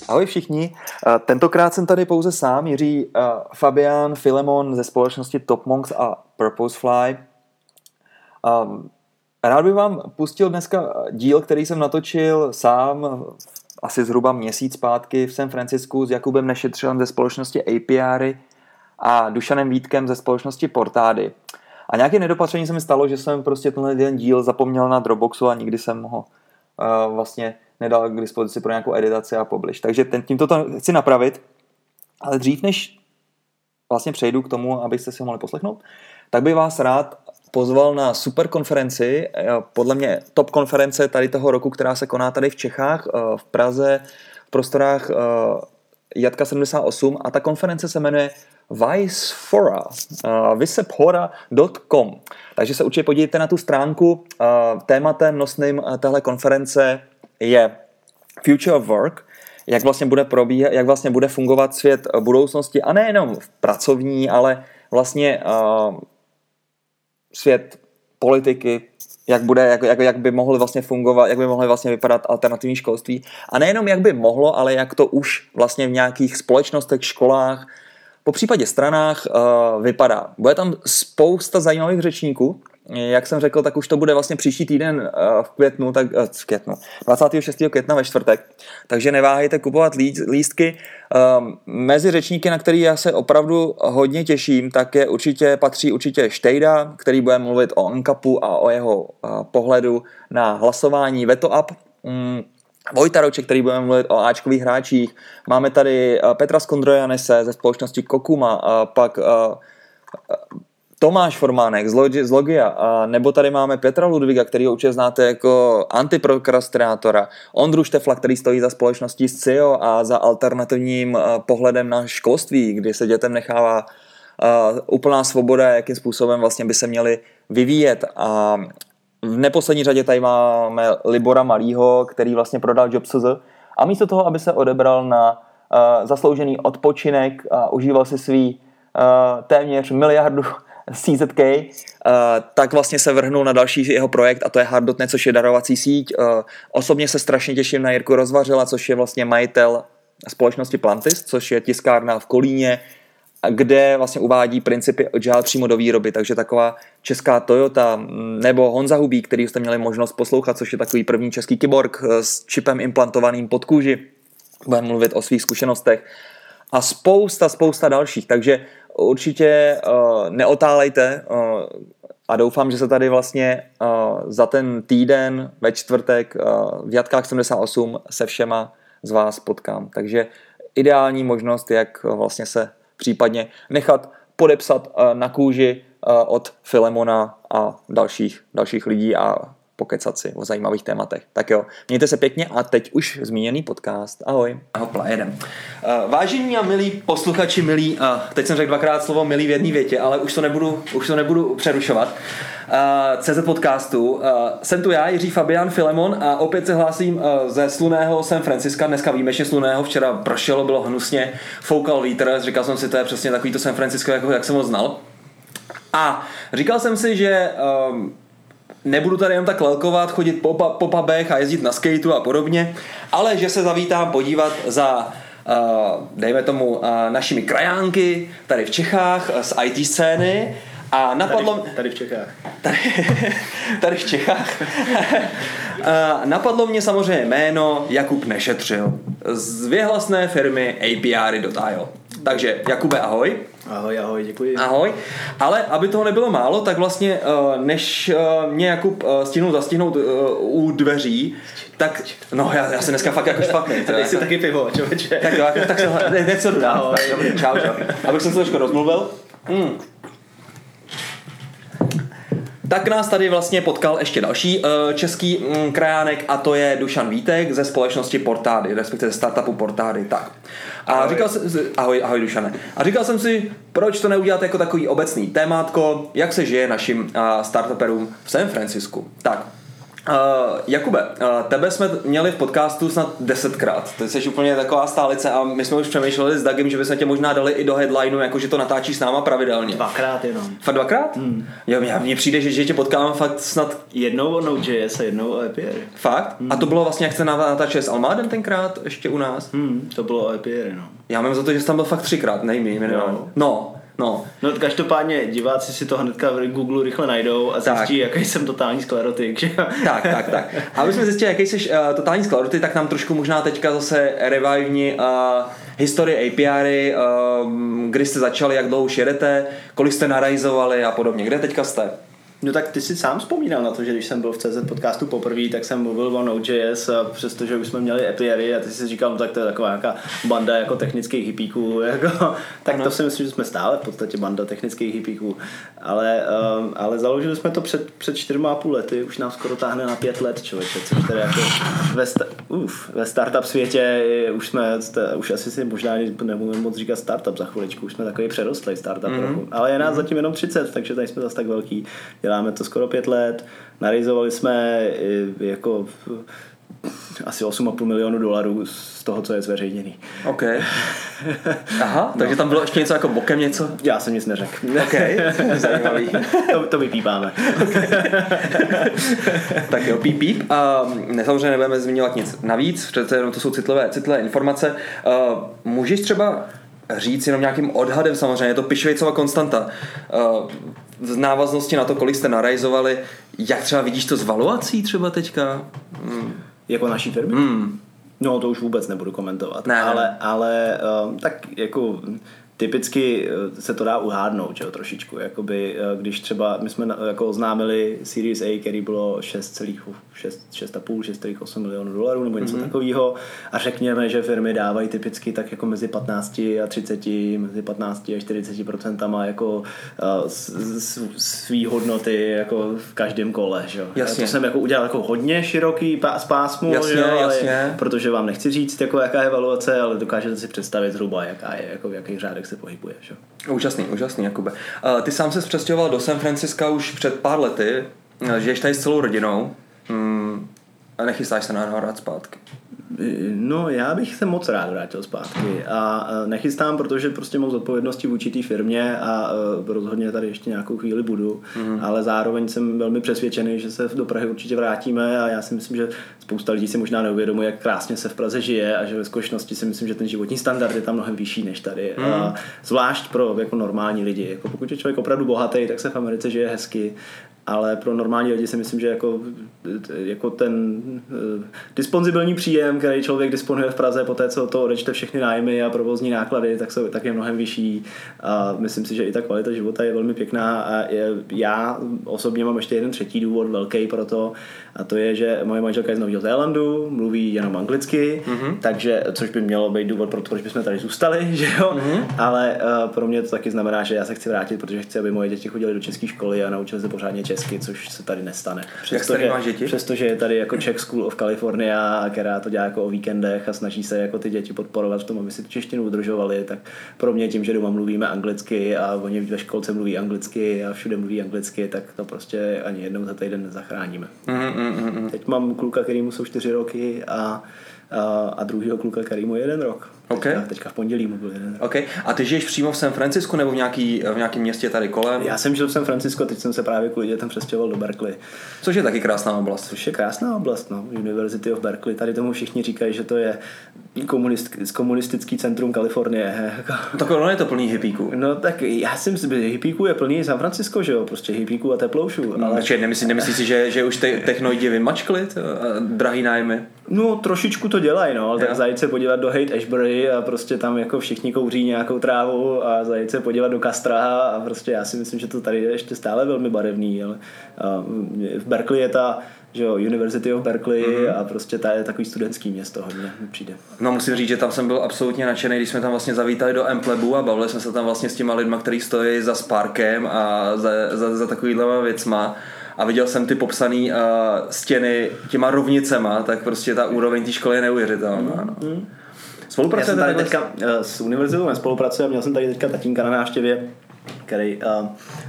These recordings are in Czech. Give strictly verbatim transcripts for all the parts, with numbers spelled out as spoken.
Ahoj všichni, tentokrát jsem tady pouze sám, Jiří, Fabián Filemon ze společnosti Topmonks a Purposefly. Rád bych vám pustil dneska díl, který jsem natočil sám asi zhruba měsíc zpátky v San Francisku s Jakubem Nešetřilem ze společnosti A P R a Dušanem Vítkem ze společnosti Portády. A nějaké nedopatření se mi stalo, že jsem prostě tenhle jeden díl zapomněl na Dropboxu a nikdy jsem ho uh, vlastně nedal k dispozici pro nějakou editaci a publish. Takže ten, tímto to chci napravit. Ale dřív, než vlastně přejdu k tomu, abyste si ho mohli poslechnout, tak bych vás rád pozval na super konferenci, podle mě top konference tady toho roku, která se koná tady v Čechách, v Praze, v prostorách Jatka sedmdesát osm, a ta konference se jmenuje Vicefora, uh, vicefora tečka com. Takže se určitě podívejte na tu stránku. Uh, tématem nosným téhle konference je Future of Work, jak vlastně bude probíhat, jak vlastně bude fungovat svět budoucnosti, a nejenom v pracovní, ale vlastně uh, svět politiky, jak bude, jak, jak, jak by mohly vlastně fungovat, jak by mohly vlastně vypadat alternativní školství. A nejenom jak by mohlo, ale jak to už vlastně v nějakých společnostech, školách, po případě stranách uh, vypadá. Bude tam spousta zajímavých řečníků. Jak jsem řekl, tak už to bude vlastně příští týden uh, v květnu, tak, uh, v květnu, dvacátého šestého května ve čtvrtek. Takže neváhejte kupovat lí, lístky. Uh, mezi řečníky, na který já se opravdu hodně těším, tak je určitě, patří určitě Štejda, který bude mluvit o ANCAPu a o jeho uh, pohledu na hlasování Veto Up. Um, Vojta Roček, který budeme mluvit o áčkových hráčích. Máme tady Petra Skondrojanese ze společnosti Kokuma, pak Tomáš Formánek z Logia, nebo tady máme Petra Ludviga, kterýho určitě znáte jako antiprokrastinátora, Ondru Štefla, který stojí za společností S C I O a za alternativním pohledem na školství, kdy se dětem nechává úplná svoboda, jakým způsobem vlastně by se měli vyvíjet. A v neposlední řadě tady máme Libora Malýho, který vlastně prodal Jobs.cz a místo toho, aby se odebral na uh, zasloužený odpočinek a užíval si svý uh, téměř miliardu C Z K, uh, tak vlastně se vrhnul na další jeho projekt, a to je Hard tečka net, což je darovací síť. Uh, osobně se strašně těším na Jirku Rozvařila, což je vlastně majitel společnosti Plantis, což je tiskárna v Kolíně, kde vlastně uvádí principy agile přímo do výroby, takže taková česká Toyota, nebo Honza Hubík, který jste měli možnost poslouchat, což je takový první český kyborg s čipem implantovaným pod kůži. Budeme mluvit o svých zkušenostech a spousta, spousta dalších, takže určitě uh, neotálejte uh, a doufám, že se tady vlastně uh, za ten týden ve čtvrtek uh, v Jatkách sedmdesát osm se všema z vás potkám. Takže ideální možnost, jak vlastně se případně nechat podepsat na kůži od Filemona a dalších, dalších lidí a pokecat si o zajímavých tématech. Tak jo, mějte se pěkně a teď už zmíněný podcast. Ahoj. Hopla, jedem. Uh, vážení a milí posluchači, milí, uh, teď jsem řekl dvakrát slovo milí v jedné větě, ale už to nebudu, už to nebudu přerušovat. Uh, C Z podcastu. Uh, jsem tu já, Jiří Fabián Filemon, a opět se hlásím uh, ze slunného San Francisca, dneska výjimečně slunného, včera pršelo, bylo hnusně, foukal vítr, říkal jsem si, to je přesně takový to San Francisco, jako, jak jsem ho znal. A říkal jsem si, že um, nebudu tady jen tak lelkovat, chodit po, po pubech a jezdit na skateu a podobně, ale že se zavítám podívat za, uh, dejme tomu, uh, našimi krajánky tady v Čechách z í té scény. A napadlo... Tady, tady v Čechách. Tady, tady v Čechách. A napadlo mě samozřejmě jméno Jakub Nešetřil z věhlasné firmy A P R tečka I O. Takže Jakube, ahoj. Ahoj, ahoj, děkuji. Ahoj. Ale aby toho nebylo málo, tak vlastně než mě Jakub stihnul zastihnout u dveří, tak, no já, já jsem dneska fakt jako špatný. Dej si taky pivo, člověče. Tak jo, tak se něco dodám. Ahoj. Čau, čau. Abych jsem se trošku rozmluvil. Mm. Tak nás tady vlastně potkal ještě další uh, český um, krajánek, a to je Dušan Vítek ze společnosti Portády, respektive startupu Portády. Tak. A ahoj. Říkal jsem si, ahoj, ahoj Dušane. A říkal jsem si, proč to neudělat jako takový obecný témátko, jak se žije našim uh, startuperům v San Francisku. Tak. Uh, Jakube, uh, tebe jsme měli v podcastu snad desetkrát. Ty jsi úplně taková stálice a my jsme už přemýšleli s Dagem, že bychom tě možná dali i do headlineu, jakože to natáčíš s náma pravidelně. Dvakrát jenom. Fakt dvakrát? Hmm. Jo, mně přijde, že, že tě potkávám fakt snad... Jednou o Node.js a jednou o A P I. Fakt? Hmm. A to bylo vlastně, jak jste natáčeli s Almádem tenkrát ještě u nás? Hmm, to bylo o A P I, no. Já mám za to, že jsi tam byl fakt třikrát, nejmí, minimálně. No. No. No každopádně diváci si to hnedka v Google rychle najdou a zjistí, jaký jsem totální sklerotik. Že? Tak, tak, tak. A aby jsme zjistili, jaký jsi uh, totální sklerotik, tak nám trošku možná teďka zase reviveni uh, historii A P I, uh, kdy jste začali, jak dlouho už jedete, kolik jste narajzovali a podobně. Kde teďka jste? No tak ty si sám vzpomínal na to, že když jsem byl v C Z podcastu poprvé, tak jsem mluvil o Node.js, přestože už jsme měli A P I a ty si říkal, no, tak to je taková nějaká banda jako technických hippíků, jako, tak ano. To si myslím, že jsme stále v podstatě banda technických hippíků, ale, um, ale založili jsme to před, před čtyřma a půl lety, už nám skoro táhne na pět let, člověče, což tedy jako ve, sta- uf, ve startup světě už jsme, už asi si možná nemůžeme moc říkat startup za chviličku, už jsme takový přerostlý startup, mm-hmm. ale je nás mm-hmm. zatím jenom třicet, takže tady jsme zase tak velký. Děláme to skoro pět let, narizovali jsme jako asi osm a půl milionu dolarů z toho, co je zveřejněný. OK. Aha, takže tam bylo ještě něco jako bokem něco? Já jsem nic neřekl. OK, zajímavý. to, to vypípáme. Tak jo, píp, píp. Uh, samozřejmě nebudeme zmiňovat nic navíc, protože jenom to jsou citlivé, citlivé informace. Uh, můžeš třeba říct jenom nějakým odhadem, samozřejmě je to Pišvejcova konstanta, uh, v návaznosti na to, kolik jste narajzovali, jak třeba vidíš to s valuací třeba teďka? Hmm. Jako naší firmy? Hmm. No to už vůbec nebudu komentovat, ne, ale, ne. ale um, tak jako typicky se to dá uhádnout, že jo, trošičku, jakoby, když třeba my jsme jako oznámili Series A, který bylo šest celá pět, šest celá osm milionů dolarů nebo něco mm-hmm. takového a řekněme, že firmy dávají typicky tak jako mezi patnáct a třicet, mezi patnáct a čtyřicet procentama jako uh, svý hodnoty jako v každém kole, že jo. Jasně. To jsem jako udělal jako hodně široký pás, pásmu, jasně, jo, jasně. protože vám nechci říct, jako jaká je valuace, ale dokážete si představit zhruba, jaká je, jako v jakých řádech se pohybuješ. Jo? Úžasný, úžasný, Jakube. Uh, ty sám se přestěhoval do San Francisca už před pár lety, žiješ tady s celou rodinou mm, a nechystáš se na rád zpátky. No, já bych se moc rád vrátil zpátky a nechystám, protože prostě mám zodpovědnosti v určitý firmě a rozhodně tady ještě nějakou chvíli budu, mm. ale zároveň jsem velmi přesvědčený, že se do Prahy určitě vrátíme a já si myslím, že spousta lidí si možná neuvědomuje, jak krásně se v Praze žije a že ve skutečnosti si myslím, že ten životní standard je tam mnohem vyšší než tady. Mm. A zvlášť pro jako normální lidi. Jako pokud je člověk opravdu bohatý, tak se v Americe žije hezky, ale pro normální lidi si myslím, že jako, jako ten uh, disponzibilní příjem, který člověk disponuje v Praze po té, co to odečte všechny nájmy a provozní náklady, tak, jsou, tak je mnohem vyšší a myslím si, že i ta kvalita života je velmi pěkná a je, já osobně mám ještě jeden třetí důvod velký pro to a to je, že moje manželka je z Nového Zélandu, mluví jenom anglicky, mm-hmm. takže, což by mělo být důvod pro to, proč bychom tady zůstali, že jo, mm-hmm. ale uh, pro mě to taky znamená, že já se chci vrátit, protože chci, aby moje děti chodily do české školy a naučily se pořádně česky, což se tady nestane. Přestože, přestože je tady jako Czech School of California, která to dělá jako o víkendech a snaží se jako ty děti podporovat v tom, aby si tu češtinu udržovali, tak pro mě tím, že doma mluvíme anglicky a oni ve školce mluví anglicky a všude mluví anglicky, tak to prostě ani jednou za týden nezachráníme. Mm, mm, mm. Teď mám kluka, kterýmu jsou čtyři roky a a, a druhýho kluka, který mu je jeden rok. Okay. Teďka, teďka v pondělí mu byl jeden rok. Okay. A ty žiješ přímo v San Francisku nebo v, nějaký, v nějakém městě tady kolem? Já jsem žil v San Francisku a teď jsem se právě kvůli dětem přestěhoval do Berkeley. Což je taky krásná oblast. Což je krásná oblast, no. University of Berkeley. Tady tomu všichni říkají, že to je komunist, komunistický centrum Kalifornie. Tak ono je to plný hippíků. No tak já jsem si, hippíků je plný San Francisco, že jo, prostě hippíků a teploušů. Ale... Počkej, nemyslí, nemyslíš si, že, že už te, technoidi vymačkli to, drahý nájmy? No trošičku to dělají, no, ale tak zajít se podívat do Haight Ashbury a prostě tam jako všichni kouří nějakou trávu a zajít se podívat do Castra a prostě já si myslím, že to tady je ještě stále velmi barevný, ale v Berkeley je ta, že jo, University of Berkeley mm-hmm. a prostě ta je takový studentský město hodně mi přijde. No musím říct, že tam jsem byl absolutně nadšený, když jsme tam vlastně zavítali do Amplebu a bavili jsme se tam vlastně s těma lidma, kteří stojí za Sparkem a za, za, za takovýhlema věcma. A viděl jsem ty popsaný uh, stěny těma rovnicema, tak prostě ta úroveň té školy je neuvěřitelná. No. Mm. Spolupracujeme tady teďka uh, s univerzitou, nespolupracujeme, měl jsem tady teďka tatínka na návštěvě, který uh,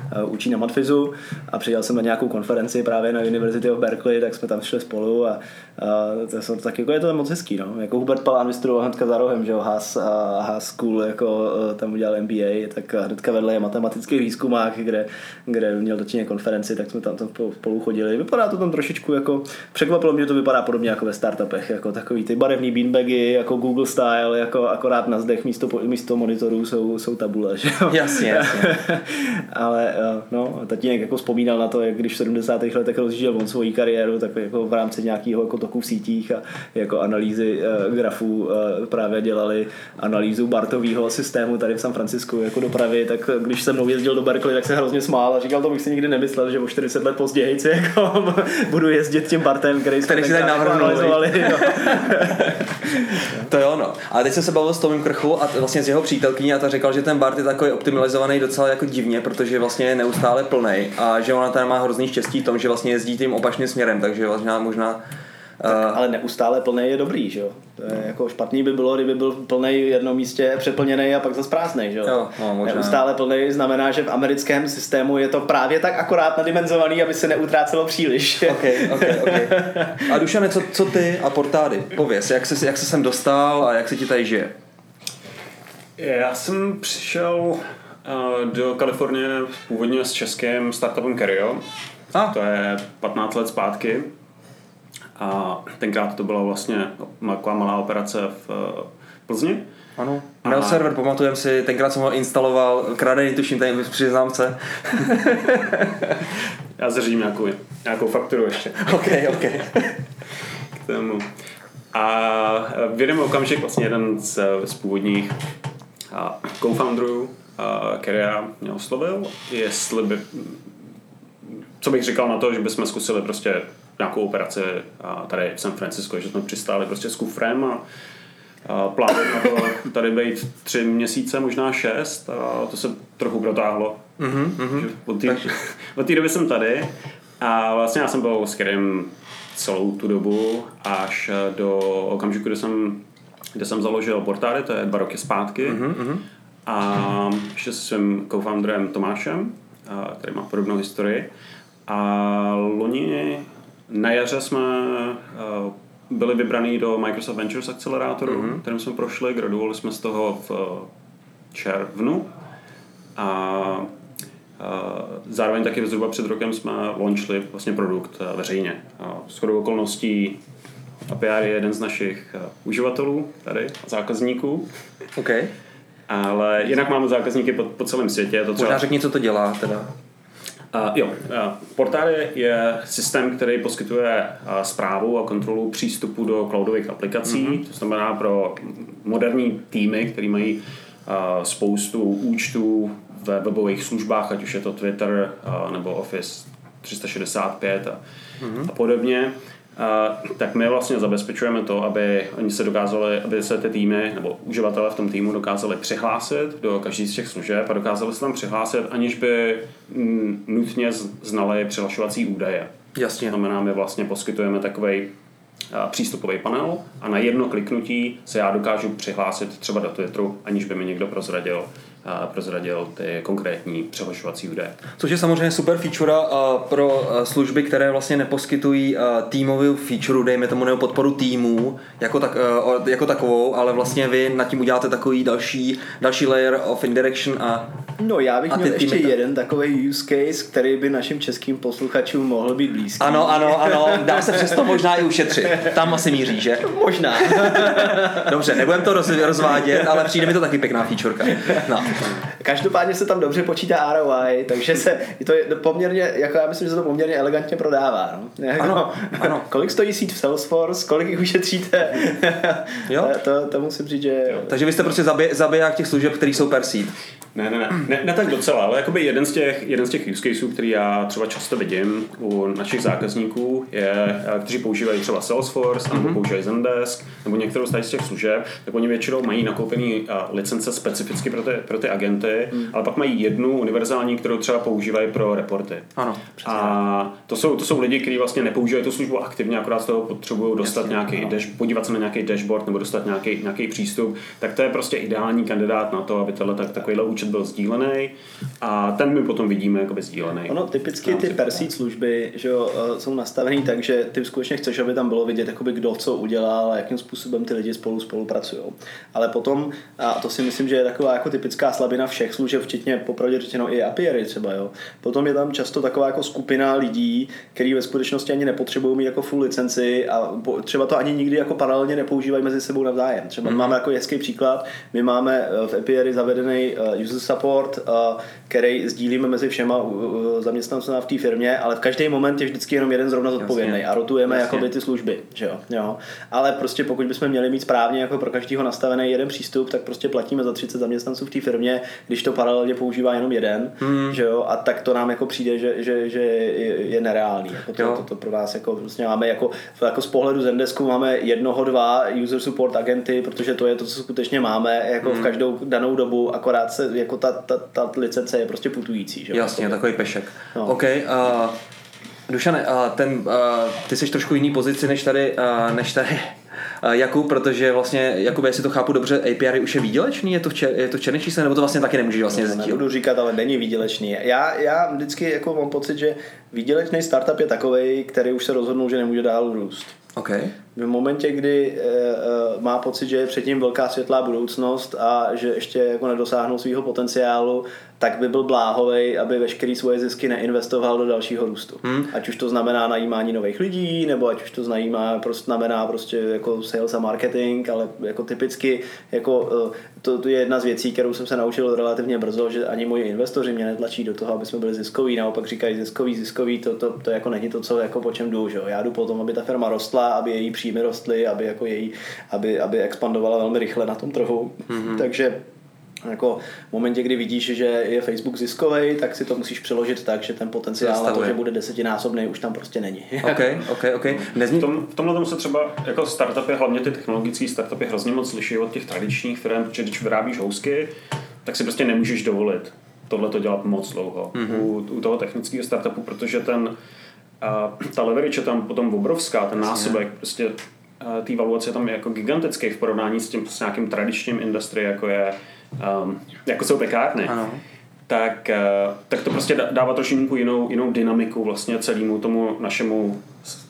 učí na Matfizu a přijel jsem na nějakou konferenci právě na University of Berkeley, tak jsme tam šli spolu a, a to jsou tak jako je to moc hezký, no. Jako Hubert Palán vystudoval hnedka za rohem, že jo, Haas, a Haas School, jako tam udělal M B A, tak hnedka vedle je matematický výzkumák, kde, kde měl dočině konferenci, tak jsme tam, tam spolu chodili. Vypadá to tam trošičku jako, překvapilo mě, to vypadá podobně jako ve startupech, jako takový ty barevný beanbagy, jako Google style, jako akorát na zdech místo, místo monitorů jsou, jsou tabule, že jo. Jasně, jasně. Ale no, tatínek jako vzpomínal na to, jak když v sedmdesátých letech rozjížděl on svoji kariéru, tak jako v rámci nějakého jako toku v sítích a jako analýzy uh, grafů uh, právě dělali analýzu Bartovýho systému tady v San Francisku jako dopravy, tak když se mnou jezdil do Berkeley, tak se hrozně smál a říkal, to bych si nikdy nemyslel, že o čtyřicet let později jako budu jezdit tím Bartem, který jsme si tak analyzovali. No. To je ono. Ale teď jsem se bavil s Tomem Krchu a vlastně s jeho přítelkyní a ta říkal, že ten Bart je takový optimalizovaný docela jako divně, protože vlastně je neustále plnej a že ona tam má hrozný štěstí v tom, že vlastně jezdí tím opačným směrem, takže vlastně možná tak, ale neustále plnej je dobrý, že jo? To je jako špatný by bylo, kdyby byl plnej v jednom místě přeplněný a pak zase prázdnej, že jo? jo no, možná. Neustále plnej znamená, že v americkém systému je to právě tak akorát nadimenzovaný, aby se neutrácelo příliš. Okay, okay, okay. A Dušane, co, co ty a Portády? Pověz, jak se, jak se sem dostal a jak se ti tady žije? Já jsem přišel uh, do Kalifornie původně s českým startupem Kerio. Ah. To je patnáct let zpátky. A tenkrát to byla vlastně taková malá operace v Plzni. Ano. Mail server, pamatujem si, tenkrát jsem ho instaloval, kradený tuším, tady přiznám se. Já zařídím nějakou, nějakou fakturu ještě. Ok, ok. K tomu. A v jeden okamžik vlastně jeden z, z původních co-founderů Keria mě oslovil, jestli by, co bych říkal na to, že bychom zkusili prostě nějakou operaci tady v San Francisco, že jsme přistáli prostě s kufrem a, a plán na to tady být tři měsíce, možná šest a to se trochu protáhlo. Mm-hmm, mm-hmm. Od té od té doby jsem tady a vlastně já jsem byl s Kerem celou tu dobu až do okamžiku, kde jsem, kde jsem založil Portády, to je dva roky zpátky. Mm-hmm. A ještě se svým co-founderem Tomášem, který má podobnou historii. A loni na jaře jsme byli vybraní do Microsoft Ventures akcelerátoru, mm-hmm. kterým jsme prošli, graduovali jsme z toho v červnu a zároveň taky zhruba před rokem jsme launchli vlastně produkt veřejně. Shodou okolností A P R je jeden z našich uživatelů tady, zákazníků. Okay. Ale jinak máme zákazníky po, po celém světě. To třeba... Možná řekni, co to dělá teda. Uh, jo, uh, Portády je systém, který poskytuje uh, správu a kontrolu přístupu do cloudových aplikací. Mm-hmm. To znamená pro moderní týmy, který mají uh, spoustu účtů ve webových službách, ať už je to Twitter uh, nebo Office tři sta šedesát pět a, mm-hmm. a podobně. Uh, tak my vlastně zabezpečujeme to, aby oni se dokázali, aby se ty týmy nebo uživatelé v tom týmu dokázali přihlásit do každý z těch služeb a dokázali se tam přihlásit, aniž by m, nutně znali přihlašovací údaje. Jasně. To znamená, my vlastně poskytujeme takovej uh, přístupový panel a na jedno kliknutí se já dokážu přihlásit třeba do Twitteru, aniž by mi někdo prozradil prozradil ty konkrétní přihlašovací údaje. Což je samozřejmě super feature pro služby, které vlastně neposkytují týmovou feature, dejme tomu nebo podporu týmů jako, tak, jako takovou, ale vlastně vy nad tím uděláte takový další, další layer of indirection a No já bych a měl ještě ta... jeden takový use case, který by našim českým posluchačům mohl být blízký. Ano, ano, ano, dá se přesto možná i ušetřit. Tam asi míří, že? Možná. Dobře, nebudem to roz, rozvádět, ale přijde mi to taky pěkná featureka. No. Každopádně se tam dobře počítá R O I, takže se to je poměrně, jako já myslím, že se to poměrně elegantně prodává. No? Jako, ano, ano. Kolik stojí síť v Salesforce, kolik jich ušetříte? Jo? to, to musím říct, že... Jo. Takže vy jste prostě zabij, zabiják těch služeb, které jsou per seat. Ne, ne, ne, ne, ne tak docela, ale jakoby jeden z těch, jeden z těch use caseů, který já třeba často vidím u našich zákazníků, je, kteří používají třeba Salesforce, mm-hmm. nebo používají Zendesk, nebo některou z těch služeb, tak oni většinou mají nakoupený uh, licence specificky pro ty, pro ty agenty, mm. ale pak mají jednu univerzální, kterou třeba používají pro reporty. Ano, a to jsou, to jsou lidi, kteří vlastně nepoužívají tu službu aktivně, akorát z toho potřebují dostat Jasně, nějaký dash, podívat se na nějaký dashboard nebo dostat nějaký, nějaký přístup, tak to je prostě ideální kandidát na to, aby tohle tak, takovýhle účet byl sdílený a ten my potom vidíme jakoby sdílený. Ono typicky ty persí služby, že jo, jsou nastavený tak, že ty skutečně chceš, aby tam bylo vidět, jakoby kdo co udělal a jakým způsobem ty lidi spolu spolupracují. Ale potom, a to si myslím, že je taková jako typická slabina všech služeb, včetně popravdě řečeno i A P I třeba, jo. Potom je tam často taková jako skupina lidí, kteří ve skutečnosti ani nepotřebují mít jako full licenci a třeba to ani nikdy jako paralelně nepoužívají mezi sebou navzájem. Třeba mm-hmm. máme jako hezký příklad, my máme v A P I zavedený user support, který sdílíme mezi všema zaměstnanců v té firmě, ale v každý moment je vždycky jenom jeden zrovna zodpovědný a rotujeme jakoby ty služby, že jo? Jo. Ale prostě pokud bychom měli mít správně jako pro každého nastavený jeden přístup, tak prostě platíme za třicet zaměstnanců v té firmě, když to paralelně používá jenom jeden, hmm. že jo? A tak to nám jako přijde, že, že, že je, je nereálný. Jako to, to, to pro nás jako vlastně máme jako, jako z pohledu Zendesku máme jednoho, dva user support agenty, protože to je to, co skutečně máme jako hmm. v každou danou dobu, akorát se jako ta, ta, ta licence je prostě putující. Že? Jasně, jako takový pešek. No. OK, uh, Dušane, uh, ten, uh, ty jsi trošku jiný pozici než tady, uh, než tady uh, Jakub, protože vlastně, Jakub, jestli to chápu dobře, A P I už je výdělečný, je to, čer, je to černý číslo, nebo to vlastně taky nemůžeš vlastně no, sdílet? Nebudu říkat, ale není výdělečný. Já, já vždycky jako mám pocit, že výdělečný startup je takovej, který už se rozhodnul, že nemůže dál růst. Okay. V momentě, kdy e, e, má pocit, že je předtím velká světlá budoucnost a že ještě jako nedosáhnul svého potenciálu, tak by byl bláhovej, aby veškerý svoje zisky neinvestoval do dalšího růstu. Hmm. Ať už to znamená najímání nových lidí, nebo ať už to znamená, prostě, znamená prostě jako sales a marketing, ale jako typicky jako, to, to je jedna z věcí, kterou jsem se naučil relativně brzo, že ani moji investoři mě netlačí do toho, aby jsme byli ziskoví, naopak říkají ziskový, ziskový, to, to, to jako není to, co jako po čem jdu. Že? Já jdu po tom, aby ta firma rostla, aby její příjmy rostly, aby, jako její, aby, aby expandovala velmi rychle na tom trhu. Hmm. Takže jako v momentě, kdy vidíš, že je Facebook ziskovej, tak si to musíš přeložit tak, že ten potenciál na to, že bude desetinásobný, už tam prostě není. Okay, okay, okay. V, tom, v tomhle tomu se třeba jako startupy, hlavně ty technologické startupy hrozně moc liší od těch tradičních firm, protože když vyrábíš housky, tak si prostě nemůžeš dovolit tohle to dělat moc dlouho. Mm-hmm. U, u toho technického startupu, protože ten a, ta leverage je tam potom obrovská, ten násobek, prostě té valuace je tam jako gigantický v porovnání s tím s nějakým tradičním industry, jako je Um, jako jsou pekárny, ano. Tak, uh, tak to prostě dává trošku jinou, jinou dynamiku vlastně celému tomu našemu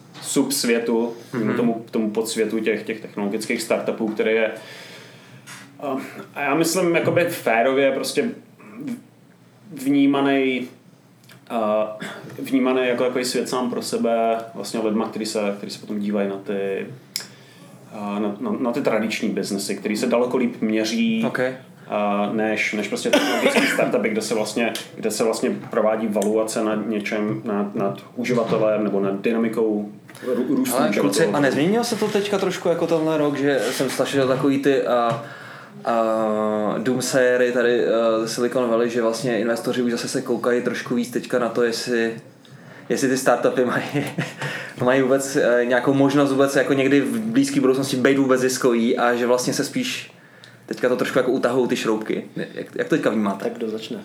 subsvětu, mm-hmm. tomu, tomu podsvětu těch, těch technologických startupů, který je uh, a já myslím jakoby férově prostě vnímaný uh, vnímaný jako takový svět sám pro sebe vlastně lidma, kteří se, který se potom dívají na ty uh, na, na, na ty tradiční biznesy, který se daleko líp měří. Okay. Uh, než, než prostě technologický startupy, kde se vlastně, kde se vlastně provádí valuace nad něčem, nad, nad uživatelem nebo nad dynamikou růstu. Ale kluci, a nezměnilo se to teďka trošku jako tenhle rok, že jsem slyšel takový ty uh, uh, doomsayery tady uh, Silicon Valley, že vlastně investoři už zase se koukají trošku víc teďka na to, jestli jestli ty startupy mají, mají vůbec uh, nějakou možnost vůbec jako někdy v blízké budoucnosti být vůbec ziskový a že vlastně se spíš teďka to trošku jako utahují ty šroubky. Jak, jak to teďka vnímáte? Tak kdo začne?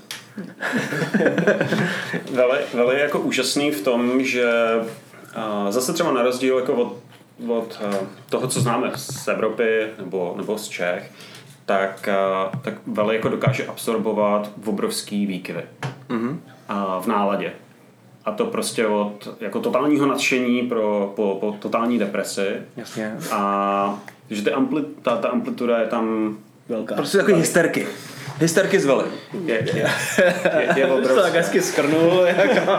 Veli, Veli je jako úžasný v tom, že uh, zase třeba na rozdíl jako od, od uh, toho, co známe z Evropy nebo, nebo z Čech, tak, uh, tak Veli jako dokáže absorbovat obrovský výkyvy mm-hmm. uh, v náladě. A to prostě od jako totálního nadšení pro, po, po totální depresi. Jasně. A že ty ampli, ta, ta amplituda je tam velká. Prostě takový hysterky. Hysterky z Veli. Je, je, je, je, je obrovská. To tak hezky skrnul. Jako.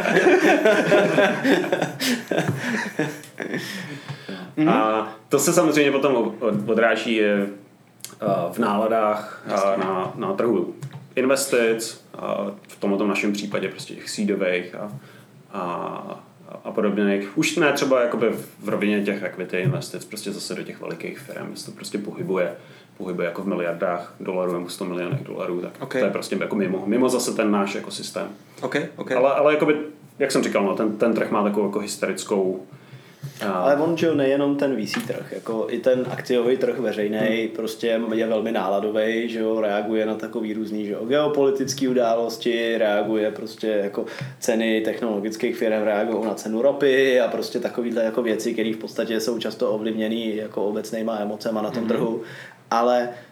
A to se samozřejmě potom odráží v náladách na, na trhu investic, v tomto našem případě prostě těch seedových a, a, a podobných. Už ne třeba jakoby v rovině těch equity investic, prostě zase do těch velikých firm, se to prostě pohybuje, pohybuje jako v miliardách dolarů nebo sto milionech dolarů, tak okay. To je prostě jako mimo, mimo zase ten náš ekosystém. Okay, okay. Ale, ale jakoby, jak jsem říkal, no, ten, ten trh má takovou jako hysterickou. Ale on, že nejenom ten V C trh, jako i ten akciový trh veřejný hmm. prostě je velmi náladový, že jo, reaguje na takový různý, že jo, geopolitické události, reaguje prostě jako ceny technologických firm reagují na cenu ropy a prostě takovýhle jako věci, které v podstatě jsou často ovlivněný jako obecnýma emocema na tom hmm. trhu, ale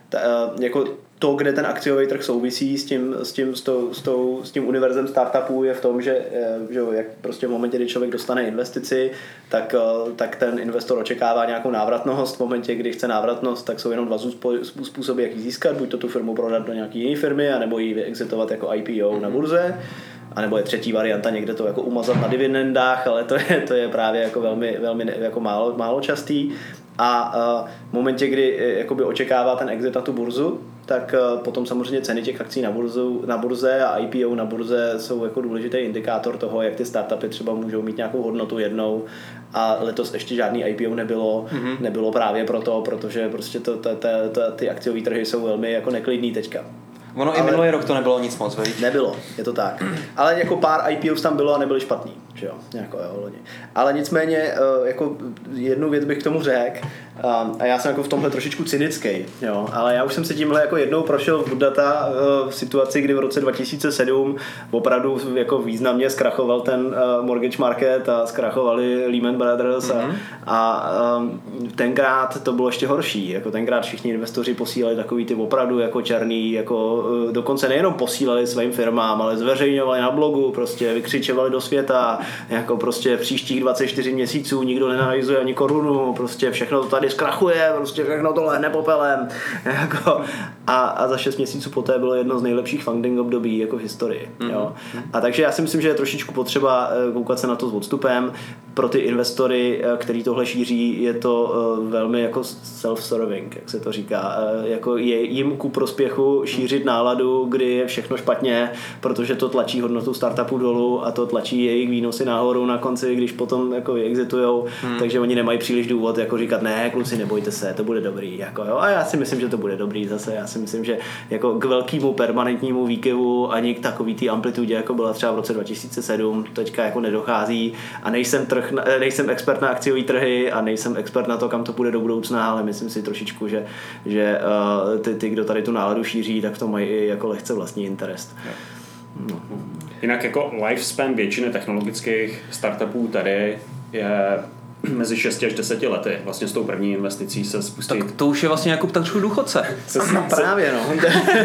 ta, jako to, kde ten akciový trh souvisí s tím, s tím, s tou, s tou, s tím univerzem startupů je v tom, že, že jak prostě v momentě, kdy člověk dostane investici, tak, tak ten investor očekává nějakou návratnost. V momentě, kdy chce návratnost, tak jsou jenom dva způsoby, jak ji získat. Buď to tu firmu prodat do nějaké jiné firmy, anebo ji vyexitovat jako I P O na burze. A nebo je třetí varianta někde to jako umazat na dividendách, ale to je, to je právě jako velmi, velmi jako málo, málo častý. A v momentě, kdy jakoby očekává ten exit na tu burzu, tak potom samozřejmě ceny těch akcí na, burzu, na burze a I P O na burze jsou jako důležitý indikátor toho, jak ty startupy třeba můžou mít nějakou hodnotu jednou a letos ještě žádný I P O nebylo, mm-hmm. nebylo právě proto, protože prostě to, to, to, to, ty akciové trhy jsou velmi jako neklidný teďka. Ono ale i minulý rok to nebylo nic moc, veď? Nebylo, je to tak. Ale jako pár I P Os tam bylo a nebyly špatný, že jo, jako jo, loni. Ale nicméně jako jednu věc bych k tomu řekl, a já jsem jako v tomhle trošičku cynický, jo, ale já už jsem se tímhle jako jednou prošel v Data v situaci, kdy v roce dva tisíce sedm opravdu jako významně zkrachoval ten mortgage market a zkrachovali Lehman Brothers mm-hmm. a, a tenkrát to bylo ještě horší, jako tenkrát všichni investoři posílali takový ty opravdu jako černý, jako dokonce nejenom posílali svým firmám, ale zveřejňovali na blogu, prostě vykřičovali do světa, jako prostě v příštích dvacet čtyři měsíců nikdo nenalizuje ani korunu, prostě všechno to tady zkrachuje, prostě všechno to lehne popelem. Jako, a, a za šest měsíců poté bylo jedno z nejlepších funding období jako v historii. Mm-hmm. Jo. A takže já si myslím, že je trošičku potřeba koukat se na to s odstupem. Pro ty investory, který tohle šíří, je to velmi jako self-serving, jak se to říká. Jako je jim ku prospěchu šířit náladu, kdy je všechno špatně, protože to tlačí hodnotu startupu dolů a to tlačí jejich výnosy nahoru na konci, když potom jako exitujou, hmm. takže oni nemají příliš důvod jako říkat, ne, kluci, nebojte se, to bude dobrý. Jako, jo. A já si myslím, že to bude dobrý zase. Já si myslím, že jako k velkému permanentnímu výkyvu ani k takový té amplitudě, jako byla třeba v roce dva tisíce sedm, teďka jako nedochází a nejsem, trh, nejsem expert na akciové trhy a nejsem expert na to, kam to půjde do budoucna, ale myslím si trošičku, že, že uh, ty, ty, kdo tady tu náladu šíří, tak to mají i jako lehce vlastní interest. No. Jinak jako lifespan většiny technologických startupů tady je mezi šesti až deseti lety. Vlastně s tou první investicí se spustí. Tak to už je vlastně jako trošku důchodce. Se, Aha, se, právě no.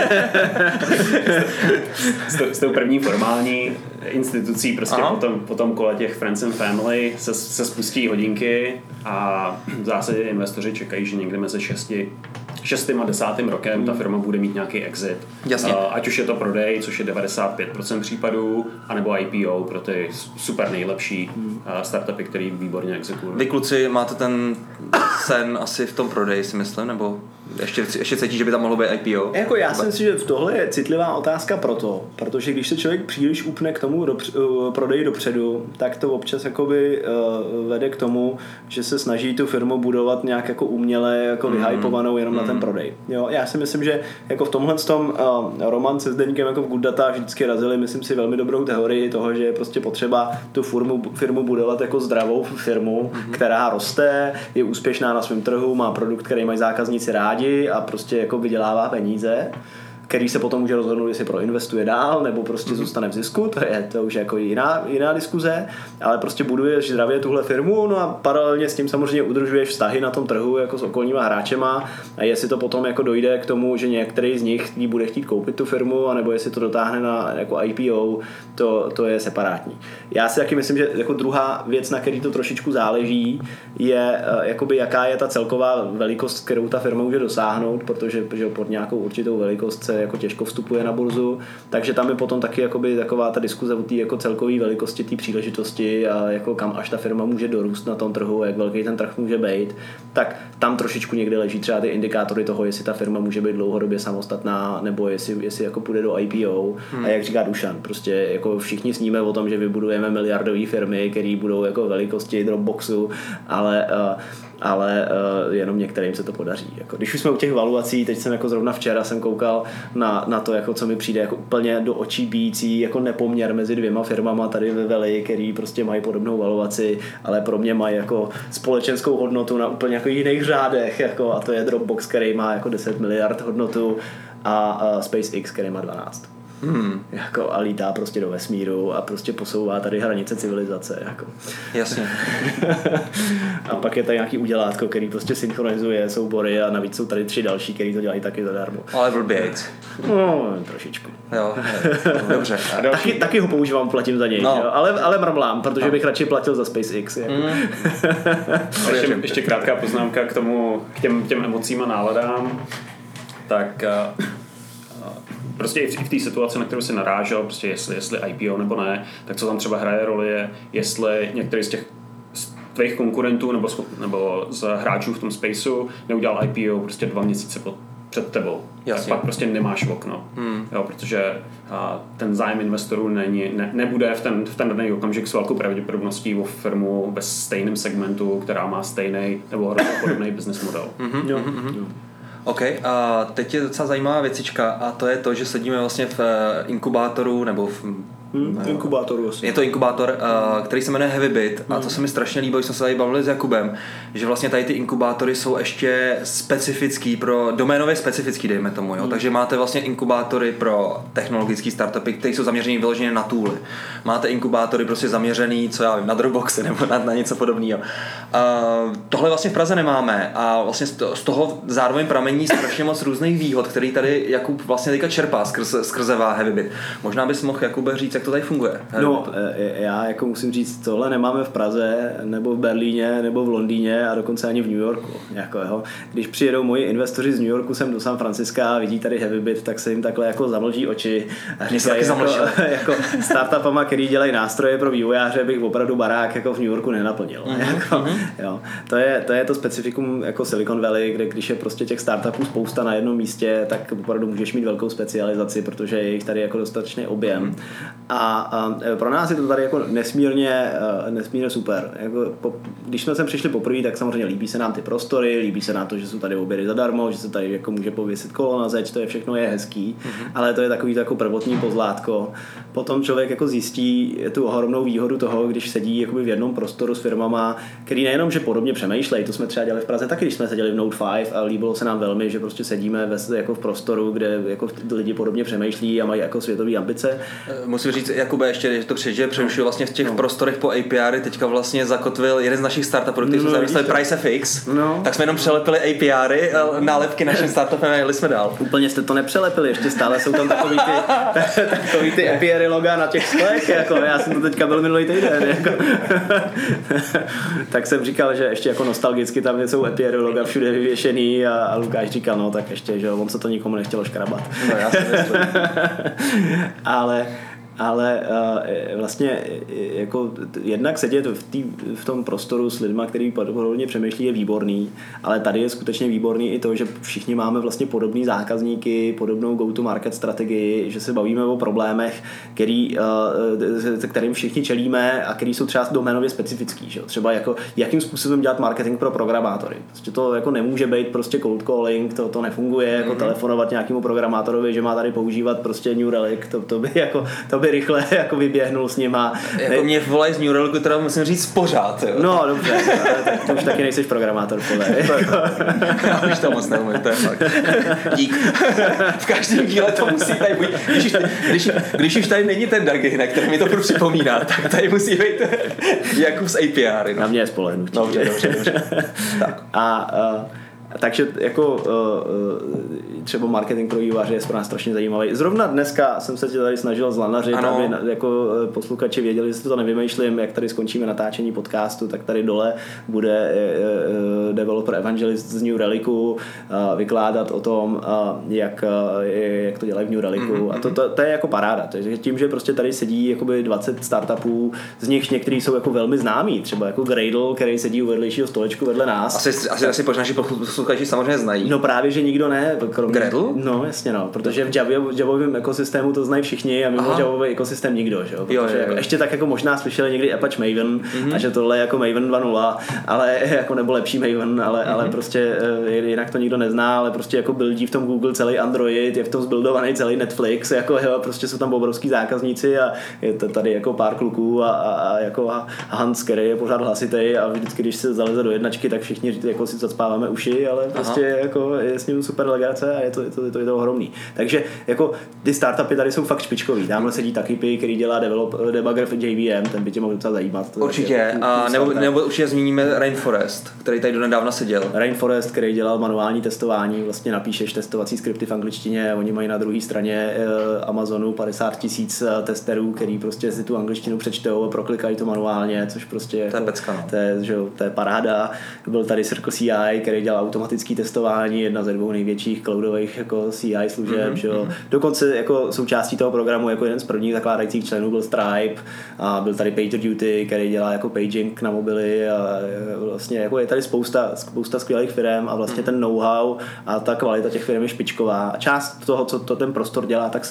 s, s tou první formální institucí prostě potom, potom kole těch Friends and Family se, se spustí hodinky a v zásadě investoři čekají, že někde mezi šesti šestým a desátým rokem hmm. ta firma bude mít nějaký exit. Jasně. Uh, ať už je to prodej, což je devadesát pět procent případů, anebo I P O pro ty super nejlepší hmm. uh, startupy, který výborně exekují. Vy kluci máte ten sen asi v tom prodeji, si myslím, nebo ještě, ještě cítí, že by tam mohlo být I P O? Jako já si myslím, že tohle je citlivá otázka proto, protože když se člověk příliš upne k tomu dopř- uh, prodeji dopředu, tak to občas jakoby uh, vede k tomu, že se snaží tu firmu budovat nějak jako uměle, jako mm. vyhypovanou jenom mm. na ten prodej. Jo, já si myslím, že jako v tomhle tom uh, Roman se Zdeňkem jako v Good Data vždycky razili, myslím si, velmi dobrou teorii toho, že je prostě potřeba tu firmu, firmu budovat jako zdravou firmu, mm. která roste, je úspěšná na svém trhu, má produkt, který mají zákazníci rádi a prostě jako vydělává peníze, který se potom může rozhodnout, jestli proinvestuje dál, nebo prostě zůstane v zisku, to je to už jako jiná, jiná diskuze, ale prostě buduješ zdravě tuhle firmu, no a paralelně s tím samozřejmě udržuješ vztahy na tom trhu jako s okolníma hráčema a jestli to potom jako dojde k tomu, že některý z nich bude chtít koupit tu firmu, anebo jestli to dotáhne na jako I P O, to, to je separátní. Já si taky myslím, že jako druhá věc, na který to trošičku záleží, je jakoby jaká je ta celková velikost, kterou ta firma může dosáhnout, protože, protože pod nějakou určitou velikost se jako těžko vstupuje na burzu, takže tam je potom taky jakoby taková ta diskuze o té jako celkové velikosti té příležitosti a jako kam až ta firma může dorůst na tom trhu, jak velký ten trh může být, tak tam trošičku někde leží třeba ty indikátory toho, jestli ta firma může být dlouhodobě samostatná, nebo jestli, jestli jako půjde do I P O. Hmm. A jak říká Dušan, prostě jako všichni sníme o tom, že vybudujeme miliardové firmy, které budou jako velikosti Dropboxu, ale uh, ale uh, jenom některým se to podaří. Jako, když už jsme u těch valuací, teď jsem jako zrovna včera jsem koukal na, na to, jako, co mi přijde jako úplně do očí bíjící jako nepoměr mezi dvěma firmama tady ve Veli, který prostě mají podobnou valuaci, ale pro mě mají jako společenskou hodnotu na úplně jako jiných řádech, jako, a to je Dropbox, který má jako deset miliard hodnotu a, a SpaceX, který má dvanáct. Hmm. Jako, a lítá prostě do vesmíru a prostě posouvá tady hranice civilizace. Jako. Jasně. A pak je tady nějaký udělátko, který prostě synchronizuje soubory a navíc jsou tady tři další, který to dělají taky zadarmo. Ale blbějc. No, trošičku. Jo, dobře. Taky, taky ho používám, platím za něj, no. ale, ale mrmlám, protože no. bych radši platil za SpaceX. Jako. Mm. ještě, ještě krátká poznámka k tomu, k těm, těm emocím a náladám. Tak uh, prostě i v, v té situaci, na kterou si narážel, prostě jestli, jestli I P O nebo ne, tak co tam třeba hraje roli je, jestli některý z těch tvých konkurentů nebo, nebo z hráčů v tom spaceu neudělal I P O prostě dva měsíce pod, před tebou. Jasně. Tak pak prostě nemáš okno. Hmm. Jo, protože a, ten zájem investorů není, ne, nebude v ten, v ten daný okamžik s velkou pravděpodobností o firmu ve stejném segmentu, která má stejný nebo podobný business model. Mm-hmm. Jo. Mm-hmm. OK, a teď je docela zajímavá věcička a to je to, že sedíme vlastně v inkubátoru nebo v Hmm, inkubátoru asi. Je to inkubátor, uh, který se jmenuje Heavybit a to se mi strašně líbilo, když jsme se tady bavili s Jakubem, že vlastně tady ty inkubátory jsou ještě specifický pro, doménově specifický, dejme tomu, jo? Hmm. Takže máte vlastně inkubátory pro technologické startupy, které jsou zaměřený vyloženě na tooly. Máte inkubátory prostě zaměřený, co já vím, na Dropboxy nebo na, na něco podobného. Uh, tohle vlastně v Praze nemáme a vlastně z toho zároveň pramení strašně moc různých výhod, který tady Jakub vlastně teďka čerpá skrze, skrze Heavybit. Možná bys mohl Jakube říct, jak to tady funguje? No, já jako musím říct, tohle nemáme v Praze, nebo v Berlíně, nebo v Londýně a dokonce ani v New Yorku. Jako, jo. Když přijedou moji investoři z New Yorku sem do San Francisca a vidí tady Heavybit, tak se jim takhle jako zamlží oči a říkají jako, jako startupama, který dělají nástroje pro vývojáře, bych opravdu barák jako v New Yorku nenaplnil. Mm-hmm. Jako, jo. To, je, to je to specifikum jako Silicon Valley, kde když je prostě těch startupů spousta na jednom místě, tak opravdu můžeš mít velkou specializaci, protože je jich tady jako dostatečný objem. Mm. A, a pro nás je to tady jako nesmírně, nesmírně super. Jako po, když jsme sem přišli poprvé, tak samozřejmě líbí se nám ty prostory, líbí se nám to, že jsou tady obědy zadarmo, že se tady jako může pověsit kolo na zeď, to je všechno je hezký, mm-hmm. ale to je takový to jako prvotní pozlátko. Potom člověk jako zjistí tu ohromnou výhodu toho, když sedí jakoby v jednom prostoru s firmama, který nejenom, že podobně přemýšlejí, to jsme třeba dělali v Praze taky, když jsme seděli v Note pět a líbilo se nám velmi, že prostě sedíme ve, jako v prostoru, kde jako lidi podobně přemýšlí a mají jako světové ambice. Musím říct, Jakube, ještě že to přežije, přerušil vlastně v těch no. prostorech po A P R, teďka vlastně zakotvil jeden z našich startupů, který jsme no, zamysleli Price F X, no. tak jsme jenom přelepili A P R, nálepky našim startupem a jeli jsme dál. Úplně jste to nepřelepili, ještě stále jsou tam takový ty, takový ty A P R loga na těch sklech, jako já jsem to teďka byl minulý týden, jako. Tak jsem říkal, že ještě jako nostalgicky tam jsou A P R loga všude vyvěšený a, a Lukáš říkal, no tak ještě, že on se to nikomu nechtělo škrabat. No, já si myslím. Ale ale uh, vlastně jako jednak sedět v, tý, v tom prostoru s lidma, který podobně přemýšlí, je výborný, ale tady je skutečně výborný i to, že všichni máme vlastně podobný zákazníky, podobnou go-to-market strategii, že se bavíme o problémech, který, uh, kterým všichni čelíme a který jsou třeba doménově specifický. Že? Třeba jako, jakým způsobem dělat marketing pro programátory. Prostě to jako nemůže být prostě cold calling, to, to nefunguje, jako mm-hmm. telefonovat nějakému programátorovi, že má tady používat prostě New Relic, to, to by jako to by rychle jako vyběhnul s nima. Jako ne... mě volají z New Relicu, teda musím říct pořád. Jo. No dobře, tak to už taky nejseš programátor, podle. Já už to moc neumím, to je fakt. Dík. V každém díle to musí tady být. Když už, když, když už tady není ten Dagi, na který mi to budu připomíná, tak tady musí být Jakub z A P R. No. Na mě je spolehnutí. Dobře, dobře, dobře. Tak. A uh, takže jako uh, třeba marketing pro vývojáře je pro nás strašně zajímavý. Zrovna dneska jsem se tě tady snažil zlanařit, ano. aby jako posluchači věděli, že si to nevymýšlím, jak tady skončíme natáčení podcastu, tak tady dole bude uh, developer evangelist z New Relicu uh, vykládat o tom, uh, jak, uh, jak to dělají v New Relicu. Mm-hmm. A to, to, to je jako paráda. Takže tím, že prostě tady sedí jakoby dvacet startupů, z nich některý jsou jako velmi známí, třeba jako Gradle, který sedí u vedlejšího stolečku vedle nás. Asi, asi, asi poznaš, posluchači samozřejmě znají. No právě, že nikdo ne. Kromě... Gradle? No jasně no, protože v Javě, v Javovém ekosystému to znají všichni a mimo Javový ekosystém nikdo, že jo? Protože jo, jo, jo. Jako ještě tak jako možná slyšeli někdy Apache Maven mm-hmm. a že tohle je jako Maven dva nula, ale jako nebo lepší Maven, ale, mm-hmm. ale prostě jinak to nikdo nezná, ale prostě jako buildí v tom Google celý Android, je v tom zbuildovaný celý Netflix, jako jo, prostě jsou tam obrovský zákazníci a je to tady jako pár kluků a, a, a jako Hans, který je pořád hlasitý a vždycky, když se zaleze do jednačky, tak všichni jako si zacpáváme uši ale prostě jako je s ním super legrace a je to, je to, je to, je to ohromný. Takže jako ty startupy tady jsou fakt špičkový. Tamhle sedí Takipy, který dělá develop, debugger v J V M, ten by tě mohl docela zajímat. Určitě. Je, a nebo, nebo určitě zmíníme Rainforest, který tady donedávna seděl. Rainforest, který dělal manuální testování, vlastně napíšeš testovací skripty v angličtině, oni mají na druhé straně Amazonu padesát tisíc testerů, který prostě si tu angličtinu přečtou a proklikají to manuálně, což prostě to jako, je pecka, no. to, je, že, to je paráda. Byl tady Circle C I, který dělal automatické testování, jedna ze dvou největších cloudových jako C I služeb. Mm-hmm. Že jo. Dokonce jako součástí toho programu jako jeden z prvních zakládajících členů byl Stripe a byl tady PagerDuty, který dělá jako paging na mobily a vlastně jako je tady spousta, spousta skvělých firm a vlastně ten know-how a ta kvalita těch firm je špičková. A část toho, co to ten prostor dělá, tak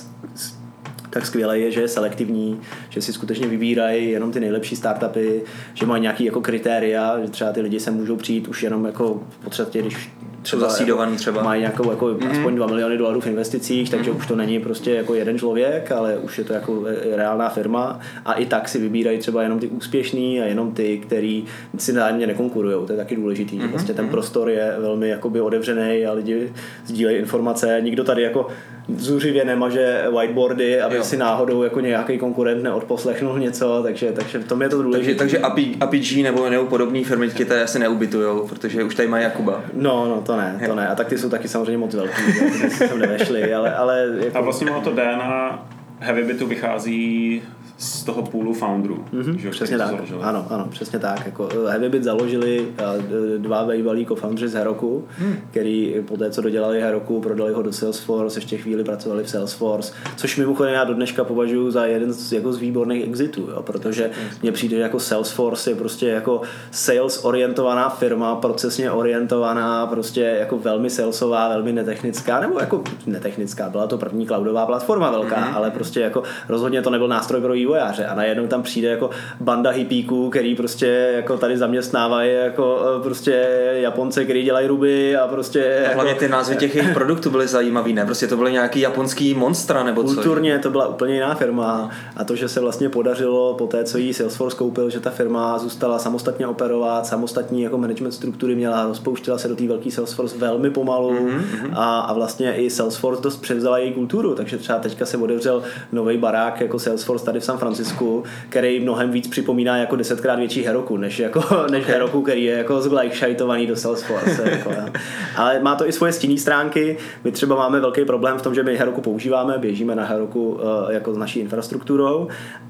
tak skvělé je, že je selektivní, že si skutečně vybírají jenom ty nejlepší startupy, že mají nějaký jako kritéria, že třeba ty lidi se můžou přijít už jenom jako v podstatě, když třeba zasídovaný třeba. Mají nějakou jako mm-hmm. aspoň dva miliony dolarů v investicích, takže mm-hmm. už to není prostě jako jeden člověk, ale už je to jako reálná firma a i tak si vybírají třeba jenom ty úspěšný a jenom ty, který si vzájemně nekonkurujou. To je taky důležitý. Mm-hmm. Vlastně ten prostor je velmi jakoby otevřený a lidi sdílejí informace. Nikdo tady jako zuřivě nemaže whiteboardy, aby jo. si náhodou jako nějaký konkurent neodposlechnul něco, takže, takže v tom je to důležité. Takže, takže A P G nebo, nebo podobné firmy tady asi neubytujou, protože už tady mají Jakuba. No, no, to ne, to ne. A tak ty jsou taky samozřejmě moc velký, ty se sem nevešli, ale, ale jako... A vlastně ono to D N A Heavybitu vychází z toho půlu founderů. Mm-hmm, že, přesně tak. Ano, ano, přesně tak. Jako Heavybit založili dva bývalí co-foundři z Heroku, hmm. který po té, co dodělali Heroku, prodali ho do Salesforce, ještě chvíli pracovali v Salesforce, což mimochodem já do dneška považuji za jeden z, jako z výborných exitů, jo, protože mně přijde, že jako Salesforce je prostě jako sales orientovaná firma, procesně orientovaná, prostě jako velmi salesová, velmi netechnická, nebo jako netechnická, byla to první cloudová platforma velká, hmm. ale prostě jako rozhodně to nebyl nástroj pro vývojáře a najednou tam přijde jako banda hippíků, který prostě jako tady zaměstnávají jako prostě Japonce, který dělají ruby a prostě a hlavně jako, ty názvy těch jejich produktů byly zajímavý, ne? Prostě to byly nějaký japonský monstra nebo co? Kulturně to byla úplně jiná firma a to, že se vlastně podařilo po té, co jí Salesforce koupil, že ta firma zůstala samostatně operovat, samostatní jako management struktury měla, rozpouštěla se do té velké Salesforce velmi pomalu mm-hmm. a, a vlastně i Salesforce dost převzala její kulturu, takže třeba teďka se otevřel nový barák jako Salesforce tady v San Francisku, který mnohem víc připomíná jako desetkrát větší Heroku, než, jako, než okay. Heroku, který je jako zglajšajtovaný do Salesforce. Jako, ale má to i svoje stinné stránky. My třeba máme velký problém v tom, že my Heroku používáme, běžíme na Heroku uh, jako s naší infrastrukturou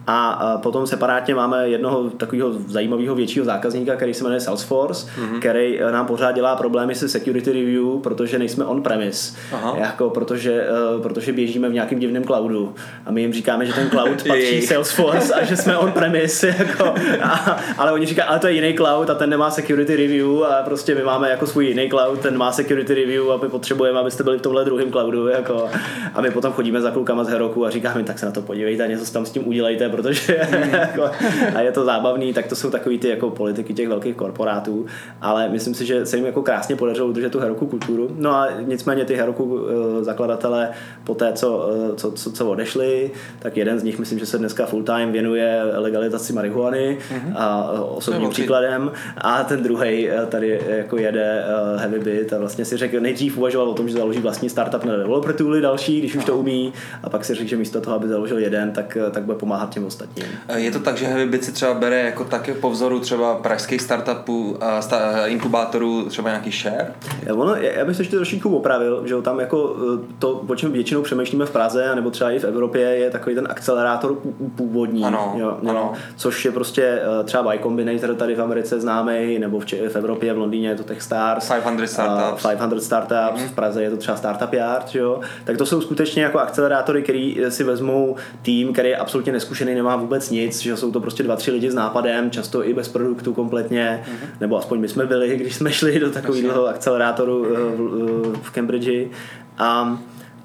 a uh, potom separátně máme jednoho takového zajímavého většího zákazníka, který se jmenuje Salesforce, mm-hmm. který nám pořád dělá problémy se security review, protože nejsme on-premise, jako, protože, uh, protože běžíme v nějakém divném cloudu a my jim říkáme, že ten cloud patří Salesforce a že jsme on-premise, jako, a, ale oni říkají, ale to je jiný cloud a ten nemá security review a prostě my máme jako svůj jiný cloud, ten má security review a my potřebujeme, abyste byli v tomhle druhém cloudu, jako, a my potom chodíme za klukama z Heroku a říkáme, tak se na to podívejte a něco tam s tím udělejte, protože jako, a je to zábavný, tak to jsou takový ty jako politiky těch velkých korporátů, ale myslím si, že se jim jako krásně podařilo udržet tu Heroku kulturu. No a nicméně ty Heroku uh, zakladatelé po té, co, uh, co, co, co odešli, tak jeden z nich, myslím, že se dneska full time věnuje legalizaci marihuany mm-hmm. a osobním příkladem a ten druhej tady jako jede uh, Heavybit a vlastně si řekl, nejdřív uvažoval o tom, že založí vlastní startup na developer tooly další, když už to umí a pak si řekl, že místo toho, aby založil jeden, tak, tak bude pomáhat těm ostatním. Je to tak, že Heavybit si třeba bere jako taky po vzoru třeba pražských startupů a sta- inkubátorů třeba nějaký share? Já, ono, já bych se ještě trošičku opravil, že tam jako to, o čem většinou přemýšlíme v Praze nebo třeba i v Evropě, je takový ten akcelerátor původní. Ano, jo, ano. Což je prostě třeba Y Combinator tady v Americe známý, nebo v, Č- v Evropě, v Londýně je to Techstars. pět set startups. pět set startups, mm. v Praze je to třeba Startup Yard, jo. Tak to jsou skutečně jako akcelerátory, který si vezmou tým, který je absolutně neskušený, nemá vůbec nic, že jsou to prostě dva, tři lidi s nápadem, často i bez produktu kompletně, mm. nebo aspoň my jsme byli, když jsme šli do takového akcelerátoru v, v Cambridge. A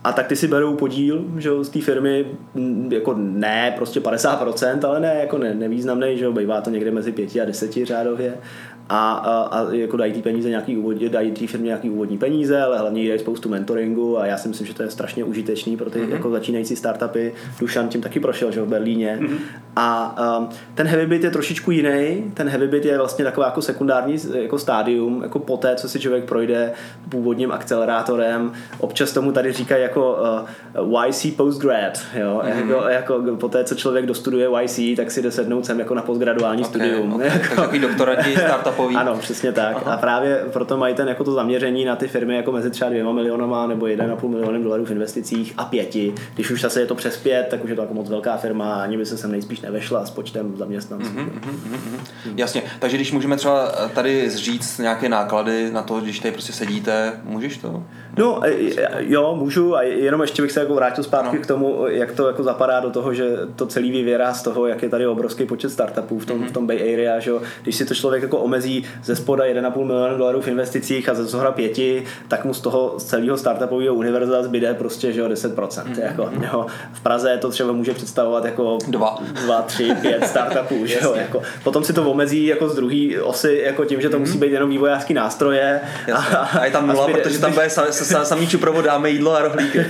a tak ty si berou podíl, že z té firmy, jako ne prostě padesát procent, ale ne jako ne, nevýznamný, že bývá to někde mezi pěti a deseti řádově. A, a, a jako dají ty peníze nějaký úvodní, dají ty firmě nějaký úvodní peníze, ale hlavně jí dají spoustu mentoringu a já si myslím, že to je strašně užitečný pro ty mm-hmm. jako začínající startupy. Dušan tím taky prošel, že v Berlíně. Mm-hmm. A um, ten Heavybit je trošičku jiný. Ten Heavybit je vlastně taková jako sekundární jako stádium, jako poté, co si člověk projde původním akcelerátorem. Občas tomu tady říkají jako uh, Y C postgrad, jo? Mm-hmm. Jako, jako poté, co člověk dostuduje Y C, tak si jde sednout sem jako na postgraduální okay, studium. Okay. Jako, takový doktoranti startup. Ano, přesně tak. Aha. A právě proto mají ten jako to zaměření na ty firmy jako mezi třeba dvěma milionama nebo jeden a půl milionem dolarů v investicích a pěti. Když už zase je to přes pět, tak už je to jako moc velká firma a ani by se sem nejspíš nevešla s počtem zaměstnanců. Mm-hmm, mm-hmm. Jasně, takže když můžeme třeba tady zříct nějaké náklady na to, když tady prostě sedíte, můžeš to? No jo, můžu a jenom ještě bych se jako vrátil zpátky no. k tomu, jak to jako zapadá do toho, že to celý vyvěrá z toho, jak je tady obrovský počet startupů v tom, mm-hmm. v tom Bay Area, že když si to člověk jako omezí ze spoda jeden a půl milionu dolarů v investicích a ze zhora pěti, tak mu z toho z celého startupového univerza zbyde prostě, že jo, deset procent. Mm-hmm. Jako, jo. V Praze to třeba může představovat jako dva, dva tři, pět startupů, že jo, jako. Potom si to omezí jako z druhé osy, jako tím, že to mm-hmm. musí být jenom vývojářský nástroje. A, a je tam nula, zbyde, protože tam bude samý čuprovod, dáme jídlo a rohlíky.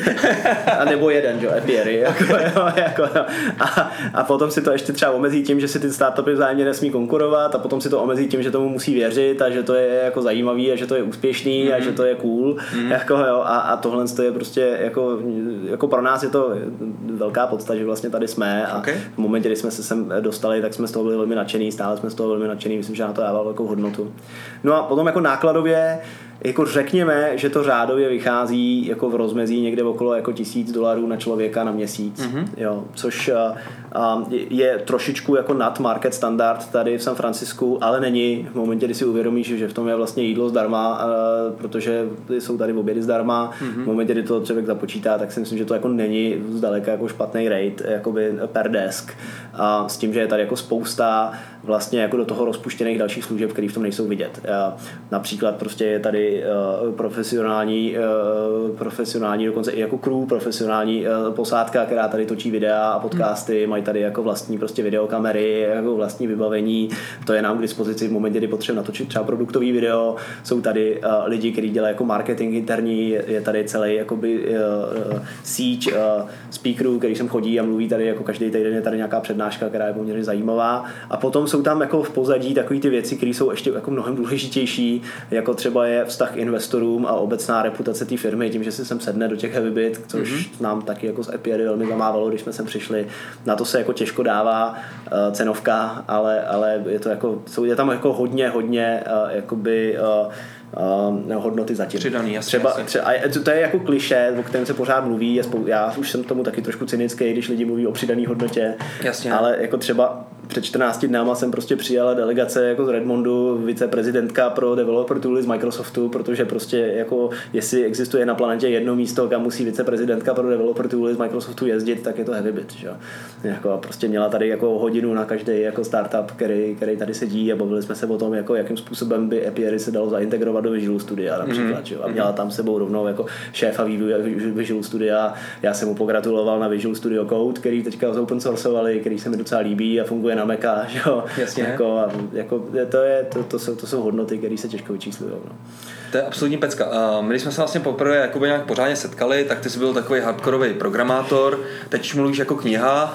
A nebo jeden, že jo, epiery. Jako, jo, jako, jo. A, a potom si to ještě třeba omezí tím, že si ty startupy vzájemně nesmí konkurovat a potom si to omezí tím, že tomu musí věřit a že to je jako zajímavý a že to je úspěšný mm-hmm. a že to je cool. Mm-hmm. Jako, jo, a, a tohle to je prostě jako, jako pro nás je to velká podsta, že vlastně tady jsme a okay. v momentě, kdy jsme se sem dostali, tak jsme z toho byli velmi nadšený, stále jsme z toho velmi nadšený, myslím, že na to dávalo velkou hodnotu. No a potom jako nákladově jako řekněme, že to řádově vychází jako v rozmezí někde okolo jako tisíc dolarů na člověka na měsíc, mm-hmm. jo, což uh, je trošičku jako nad market standard tady v San Francisku, ale není v momentě, kdy si uvědomíš, že v tom je vlastně jídlo zdarma, uh, protože jsou tady obědy zdarma, mm-hmm. v momentě, kdy to člověk započítá, tak si myslím, že to jako není zdaleka jako špatný rate jakoby per desk a s tím, že je tady jako spousta vlastně jako do toho rozpuštěných dalších služeb, které v tom nejsou vidět. Uh, například prostě je tady Uh, profesionální, uh, profesionální, dokonce i jako crew, profesionální uh, posádka, která tady točí videa a podcasty, hmm. mají tady jako vlastní prostě videokamery, jako vlastní vybavení, to je nám k dispozici v momentě, kdy potřebujeme natočit třeba produktový video, jsou tady uh, lidi, kteří dělají jako marketing interní, je tady celý jakoby uh, síť uh, speakerů, který sem chodí a mluví tady jako každý týden, je tady nějaká přednáška, která je poměrně zajímavá a potom jsou tam jako v pozadí takové ty věci, které jsou ještě jako mnohem důležitější, jako třeba je vztah k investorům a obecná reputace té firmy tím, že si sem sedne do těch Heavybit, což mm-hmm. nám taky jako z Epiery velmi zamávalo, když jsme sem přišli. Na to se jako těžko dává uh, cenovka, ale, ale je to jako, jsou, je tam jako hodně, hodně uh, jakoby uh, Uh, hodnoty zatím. Přidaný, jasně, třeba, jasně. Třeba, to, to je jako klišé, o kterém se pořád mluví. Je spou- já už jsem tomu taky trošku cynický, když lidi mluví o přidané hodnotě. Jasně. Ale jako třeba před čtrnácti dnáma jsem prostě přijala delegace jako z Redmondu, viceprezidentka pro developer tooly z Microsoftu, protože prostě jako jestli existuje na planetě jedno místo, kam musí viceprezidentka pro developer tooly z Microsoftu jezdit, tak je to Heavybit, že jo. Jako prostě měla tady jako hodinu na každý jako startup, který, který tady sedí a bavili jsme se o tom, jako jakým způsobem by Epiery se dalo zaintegrovat do Visual Studia například, mm-hmm. a měla tam sebou rovnou jako šéfa Visual Studia. Já jsem mu pogratuloval na Visual Studio Code, který teďka open sourceovali, který se mi docela líbí a funguje na Maca, že jo. Jasně. Jako, jako, to, je, to, to, jsou, to jsou hodnoty, které se těžko vyčíslují. No. To je absolutní pecka. My když jsme se vlastně poprvé jakoby nějak pořádně setkali, tak ty jsi byl takový hardkorový programátor, teď mluvíš jako kniha,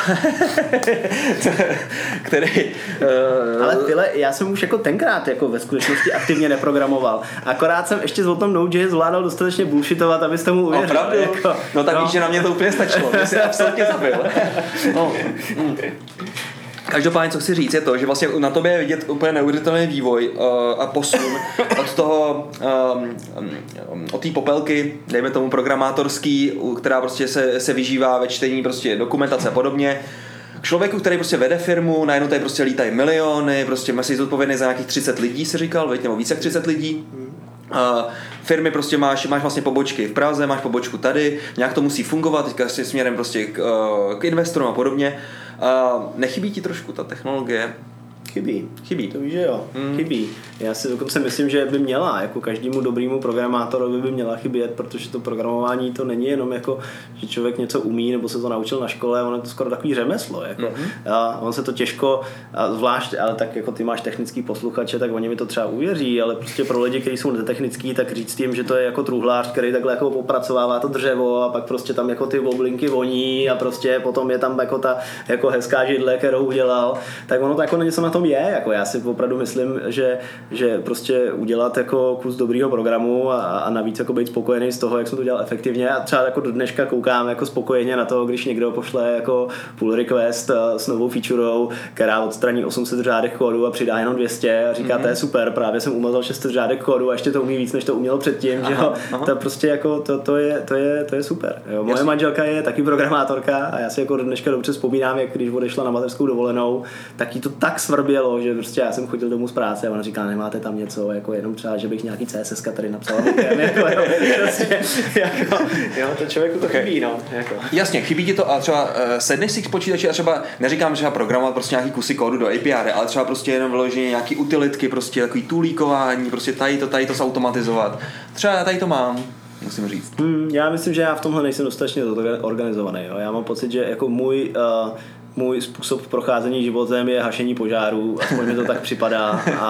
který... Ale tyhle, já jsem už jako tenkrát jako ve skutečnosti aktivně neprogramoval. Akorát jsem ještě s tom Node.js zvládal dostatečně bullshitovat, abyste mu uvěřil. Opravdu? Jako, no tak no. víš, že na mě to úplně stačilo. Mě jsi absolutně zabil. No. Mm. Každopádně, co chci říct, je to, že vlastně na tobě je vidět úplně neuvěřitelný vývoj uh, a posun od toho, um, um, od té popelky, dejme tomu programátorský, která prostě se, se vyžívá ve čtení prostě dokumentace a podobně, k člověku, který prostě vede firmu, najednou tady prostě lítají miliony, prostě musí zodpovědný za nějakých třicet lidí, si říkal, veď, nebo více jak třicet lidí. Uh, firmy prostě máš, máš vlastně pobočky v Praze, máš pobočku tady, nějak to musí fungovat, teďka si směrem prostě k, uh, k investorům a podobně. Uh, nechybí ti trošku ta technologie? Chybí. Chybí. To víš, že jo. Mm. Chybí. Já si dokonce myslím, že by měla, jako každému dobrému programátorovi by měla chybět, protože to programování to není jenom jako, že člověk něco umí nebo se to naučil na škole, ono je to skoro takový řemeslo. Jako. Mm-hmm. A on se to těžko, a zvlášť, ale tak jako ty máš technický posluchače, tak oni mi to třeba uvěří, ale prostě pro lidi, kteří jsou netechnický, tak říct jim, že to je jako truhlář, který takhle jako opracovává to dřevo a pak prostě tam jako ty oblinky voní a prostě potom je tam jako ta jako hezká židle, kterou udělal, tak ono to jako něco na tom je, jako já si opravdu myslím, že, že prostě udělat jako kus dobrýho programu a, a navíc jako být spokojený z toho, jak jsem to dělal efektivně a třeba jako do dneška koukám jako spokojeně na to, když někdo pošle jako pull request s novou featurou, která odstraní osm set řádek kódu a přidá jenom dvě stě a říká, mm-hmm. to je super, právě jsem umazal šest set řádek kódu a ještě to umí víc, než to umělo předtím, aha, že jo, aha. To prostě jako to, to, je, to, je, to je super. Jo. Moje manželka je taky programátorka a já si jako do dneška dobře vzpomínám, jak když odešla na mateřskou dovolenou, tak jí to tak svrbělo, že prostě já jsem chodil domů z práce a ona říká, nemáte tam něco, jako jenom třeba, že bych nějaký C S S tady napsal. jako, jo, prostě, jako, jo, to člověku to okay. chybí, no. Jako. Jasně, chybí ti to a třeba uh, sedneš si k počítači a třeba, neříkám, že programovat prostě nějaký kusy kódu do A P I, ale třeba prostě jenom vyloženě nějaký utilitky, prostě takový toolíkování, prostě tady to, tady to zautomatizovat. Třeba já tady to mám. Musím říct. Hmm, já myslím, že já v tomhle nejsem dostatečně organizovaný. Jo. Já mám pocit, že jako můj, uh, můj způsob procházení životem je hašení požárů, aspoň mi to tak připadá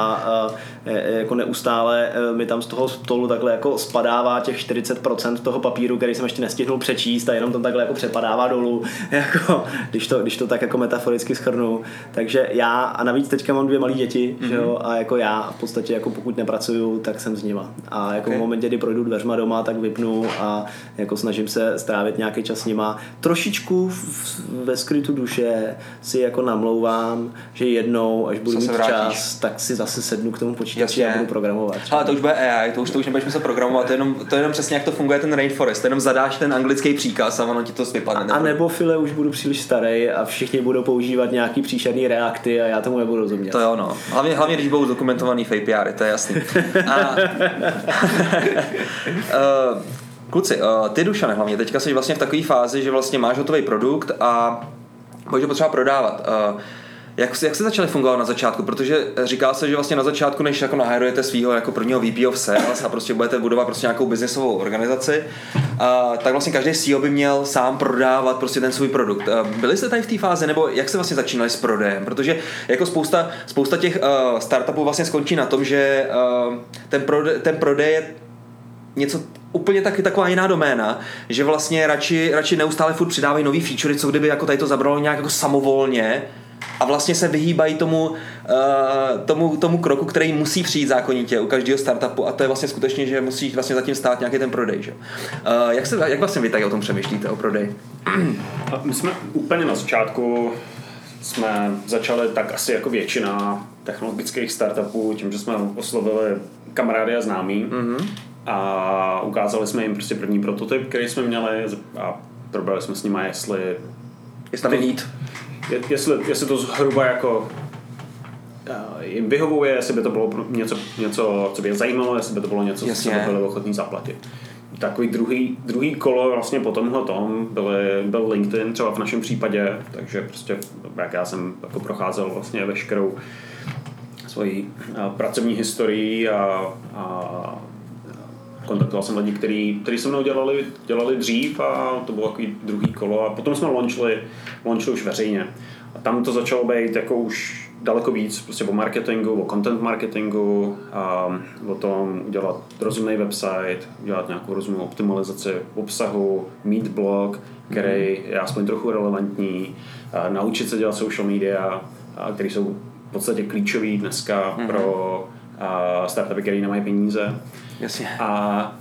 a uh, jako neustále uh, mi tam z toho stolu takhle jako spadává těch čtyřicet procent toho papíru, který jsem ještě nestihnul přečíst a jenom tam takhle jako přepadává dolů, jako, když, to, když to tak jako metaforicky shrnu. Takže já, a navíc teďka mám dvě malé děti, mm-hmm. že jo, a jako já v podstatě jako pokud nepracuju, tak jsem s nima. A jako okay. v momentě, kdy projdu dveřma doma, tak vypnu a jako snažím se strávit nějaký čas s nima. Trošičku v, ve skrytu duše si jako namlouvám, že jednou, až budu mít čas, tak si zase sednu k tomu počítači a budu programovat. Ale to už bude A I, to už, to už nebudeš muset programovat, to je, jenom, to je jenom přesně jak to funguje ten rainforest, jenom zadáš ten anglický příkaz a ono ti to vypadne. A, a nebo file už budu příliš starý a všichni budou používat nějaký příšerný reakty a já tomu nebudu rozumět. To jo, no. Hlavně, hlavně když budou dokumentovaný v A P I, to je jasný. A, uh, kluci, uh, ty Dušane hlavně, teďka jsi vlastně v takové fázi, že vlastně máš hotový produkt a budeš ho potřeba prodávat. Uh, Jak, jak se začali fungovat na začátku? Protože říká se, že vlastně na začátku, než jako nahajrujete svýho jako prvního V P of Sales a prostě budete budovat prostě nějakou biznesovou organizaci, a, tak vlastně každý C E O by měl sám prodávat prostě ten svůj produkt. A byli jste tady v té fázi, nebo jak jste vlastně začínali s prodejem? Protože jako spousta, spousta těch uh, startupů vlastně skončí na tom, že uh, ten, prode, ten prodej je něco úplně taky taková jiná doména, že vlastně radši, radši neustále furt přidávají nový featurey, co kdyby jako tady to zabralo nějak jako samovolně, a vlastně se vyhýbají tomu, uh, tomu, tomu kroku, který musí přijít zákonitě u každého startupu, a to je vlastně skutečně, že musí vlastně zatím stát nějaký ten prodej. Že? Uh, jak, se, jak vlastně vy tady o tom přemýšlíte, o prodeji? My jsme úplně na začátku jsme začali tak asi jako většina technologických startupů, tím, že jsme oslovili kamarády a známí mm-hmm. a ukázali jsme jim prostě první prototyp, který jsme měli a probrali jsme s nimi, jestli jestli tam je need. Jestli, jestli to zhruba jako jim vyhovuje, jestli by to bylo něco, něco, co by je zajímalo, jestli by to bylo něco, Jasně. co by byli ochotní zaplatit. Takový druhý, druhý kolo vlastně po tomhle tom byly, byl LinkedIn třeba v našem případě, takže prostě jak já jsem jako procházel vlastně veškerou svoji pracovní historii a, a kontaktoval jsem lidi, kteří, kteří se mnou dělali, dělali dřív a to bylo takový druhý kolo a potom jsme launchli, launchli už veřejně. A tam to začalo být jako už daleko víc prostě o marketingu, o content marketingu, a o tom udělat rozumný website, udělat nějakou rozumnou optimalizaci obsahu, mít blog, který je aspoň trochu relevantní, naučit se dělat social media, který jsou v podstatě klíčový dneska mm-hmm. pro startupy, který nemají peníze. Jasně. A, a,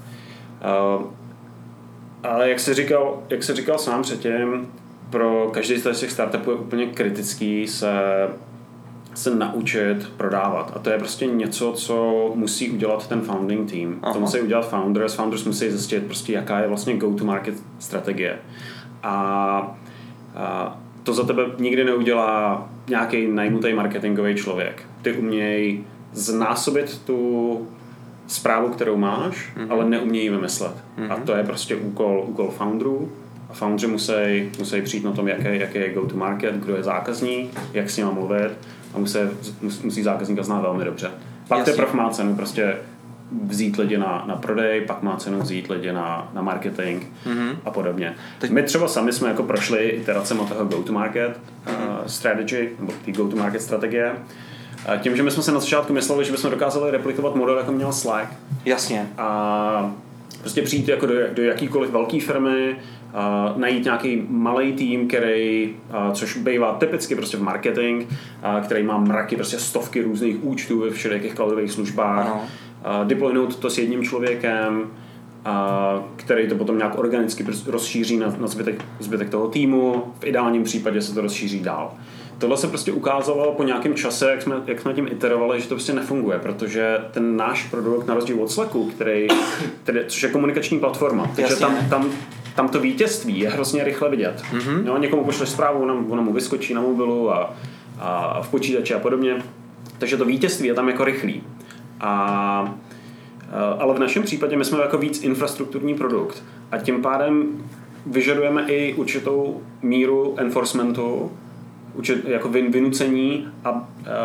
ale jak jsi říkal, jak jsi říkal sám předtím, pro každý z těch startupů je úplně kritický se, se naučit prodávat. A to je prostě něco, co musí udělat ten founding team. Aha. To musí udělat founders. Founders musí zjistit, prostě, jaká je vlastně go-to-market strategie. A, a to za tebe nikdy neudělá nějaký najmutý marketingový člověk. Ty uměj znásobit tu zprávu, kterou máš, mm-hmm. ale neumějí vymyslet. Mm-hmm. A to je prostě úkol, úkol founderů. A foundři musí, musí přijít na tom, jaký, jaký je go-to-market, kdo je zákazník, jak s ním mluvit a musí, musí zákazníka znát velmi dobře. Pak Jasně. teprve má cenu prostě vzít lidi na, na prodej, pak má cenu vzít lidi na, na marketing mm-hmm. a podobně. Teď... My třeba sami jsme jako prošli iteracemi toho go-to-market mm-hmm. uh, strategy, nebo té go-to-market strategie. A tím, že my jsme se na začátku mysleli, že bychom dokázali replikovat model, jako měl Slack. Jasně. A prostě přijít jako do, do jakýkoliv velké firmy, a najít nějaký malý tým, který, a což bývá typicky prostě v marketing, a který má mraky, prostě stovky různých účtů ve všelijakých cloudových službách. Ano. A deploynout to s jedním člověkem, a který to potom nějak organicky rozšíří na, na zbytek, zbytek toho týmu. V ideálním případě se to rozšíří dál. Tohle se prostě ukázalo po nějakém čase, jak jsme, jak jsme tím iterovali, že to prostě nefunguje, protože ten náš produkt, na rozdíl od Slacku, který, který, což je komunikační platforma, takže tam, tam, tam to vítězství je hrozně rychle vidět. Mm-hmm. No, někomu pošleš zprávu, ono mu vyskočí na mobilu a, a v počítači a podobně, takže to vítězství je tam jako rychlý. A, ale v našem případě my jsme jako víc infrastrukturní produkt a tím pádem vyžadujeme i určitou míru enforcementu, jako vynucení a,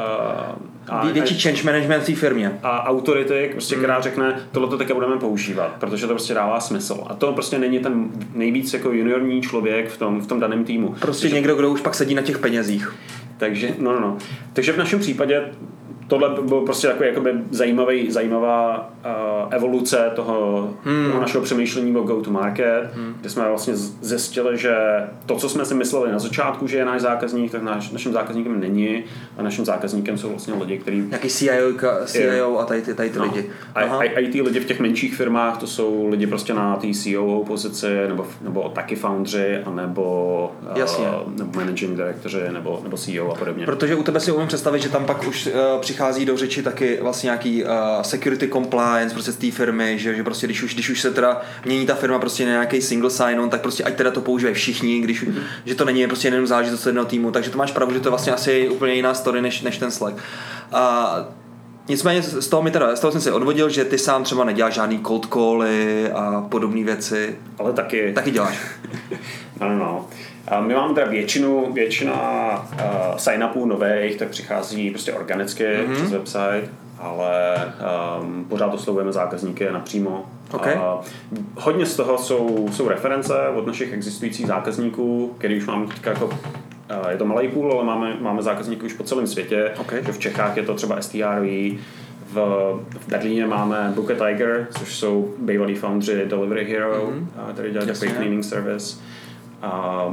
a větší change management v té firmě a autority, prostě, která řekne, tohleto teďka budeme používat, protože to prostě dává smysl. A to prostě není ten nejvíc jako juniorní člověk v tom, v tom daném týmu. Prostě takže, někdo, kdo už pak sedí na těch penězích. Takže, no, no, no. Takže v našem případě tohle byl prostě takový jakoby zajímavý, zajímavá uh, evoluce toho, hmm. toho našeho přemýšlení o go-to-market, hmm. kde jsme vlastně zjistili, že to, co jsme si mysleli na začátku, že je náš zákazník, tak náš, naším zákazníkem není a naším zákazníkem jsou vlastně lidi, kteří... Nějaký C I O, C I O a tady, tady ty no. lidi. A, a, a i ty lidi v těch menších firmách, to jsou lidi prostě na té C O O pozici, nebo, nebo taky foundři, nebo, uh, nebo managing directoři, nebo, nebo C E O a podobně. Protože u tebe si umím představit, že tam pak už uh, přichází do řeči taky vlastně nějaký uh, security compliance prostě z té firmy, že, že prostě když už, když už se teda mění ta firma prostě na nějaký single sign-on, tak prostě ať teda to používají všichni, když, mm-hmm. že to není prostě jenom záležitost jednoho týmu, takže to máš pravdu, že to vlastně asi je úplně jiná story než, než ten Slack. A uh, nicméně z toho mi teda, z toho jsem si odvodil, že ty sám třeba neděláš žádný cold cally a podobné věci. Ale taky. Taky děláš. no, no, no. A my máme teda většinu, většina uh, sign-upů nových, tak přichází prostě organicky mm-hmm. přes website, ale um, pořád oslovujeme zákazníky napřímo. Okay. A hodně z toho jsou, jsou reference od našich existujících zákazníků, který už máme teďka jako uh, je to malý půl, ale máme, máme zákazníky už po celém světě. Okay. Že v Čechách je to třeba S T R V, v, v Berlíně máme Booker Tiger, což jsou bývalí foundři Delivery Hero, mm-hmm. který dělají takový cleaning service. A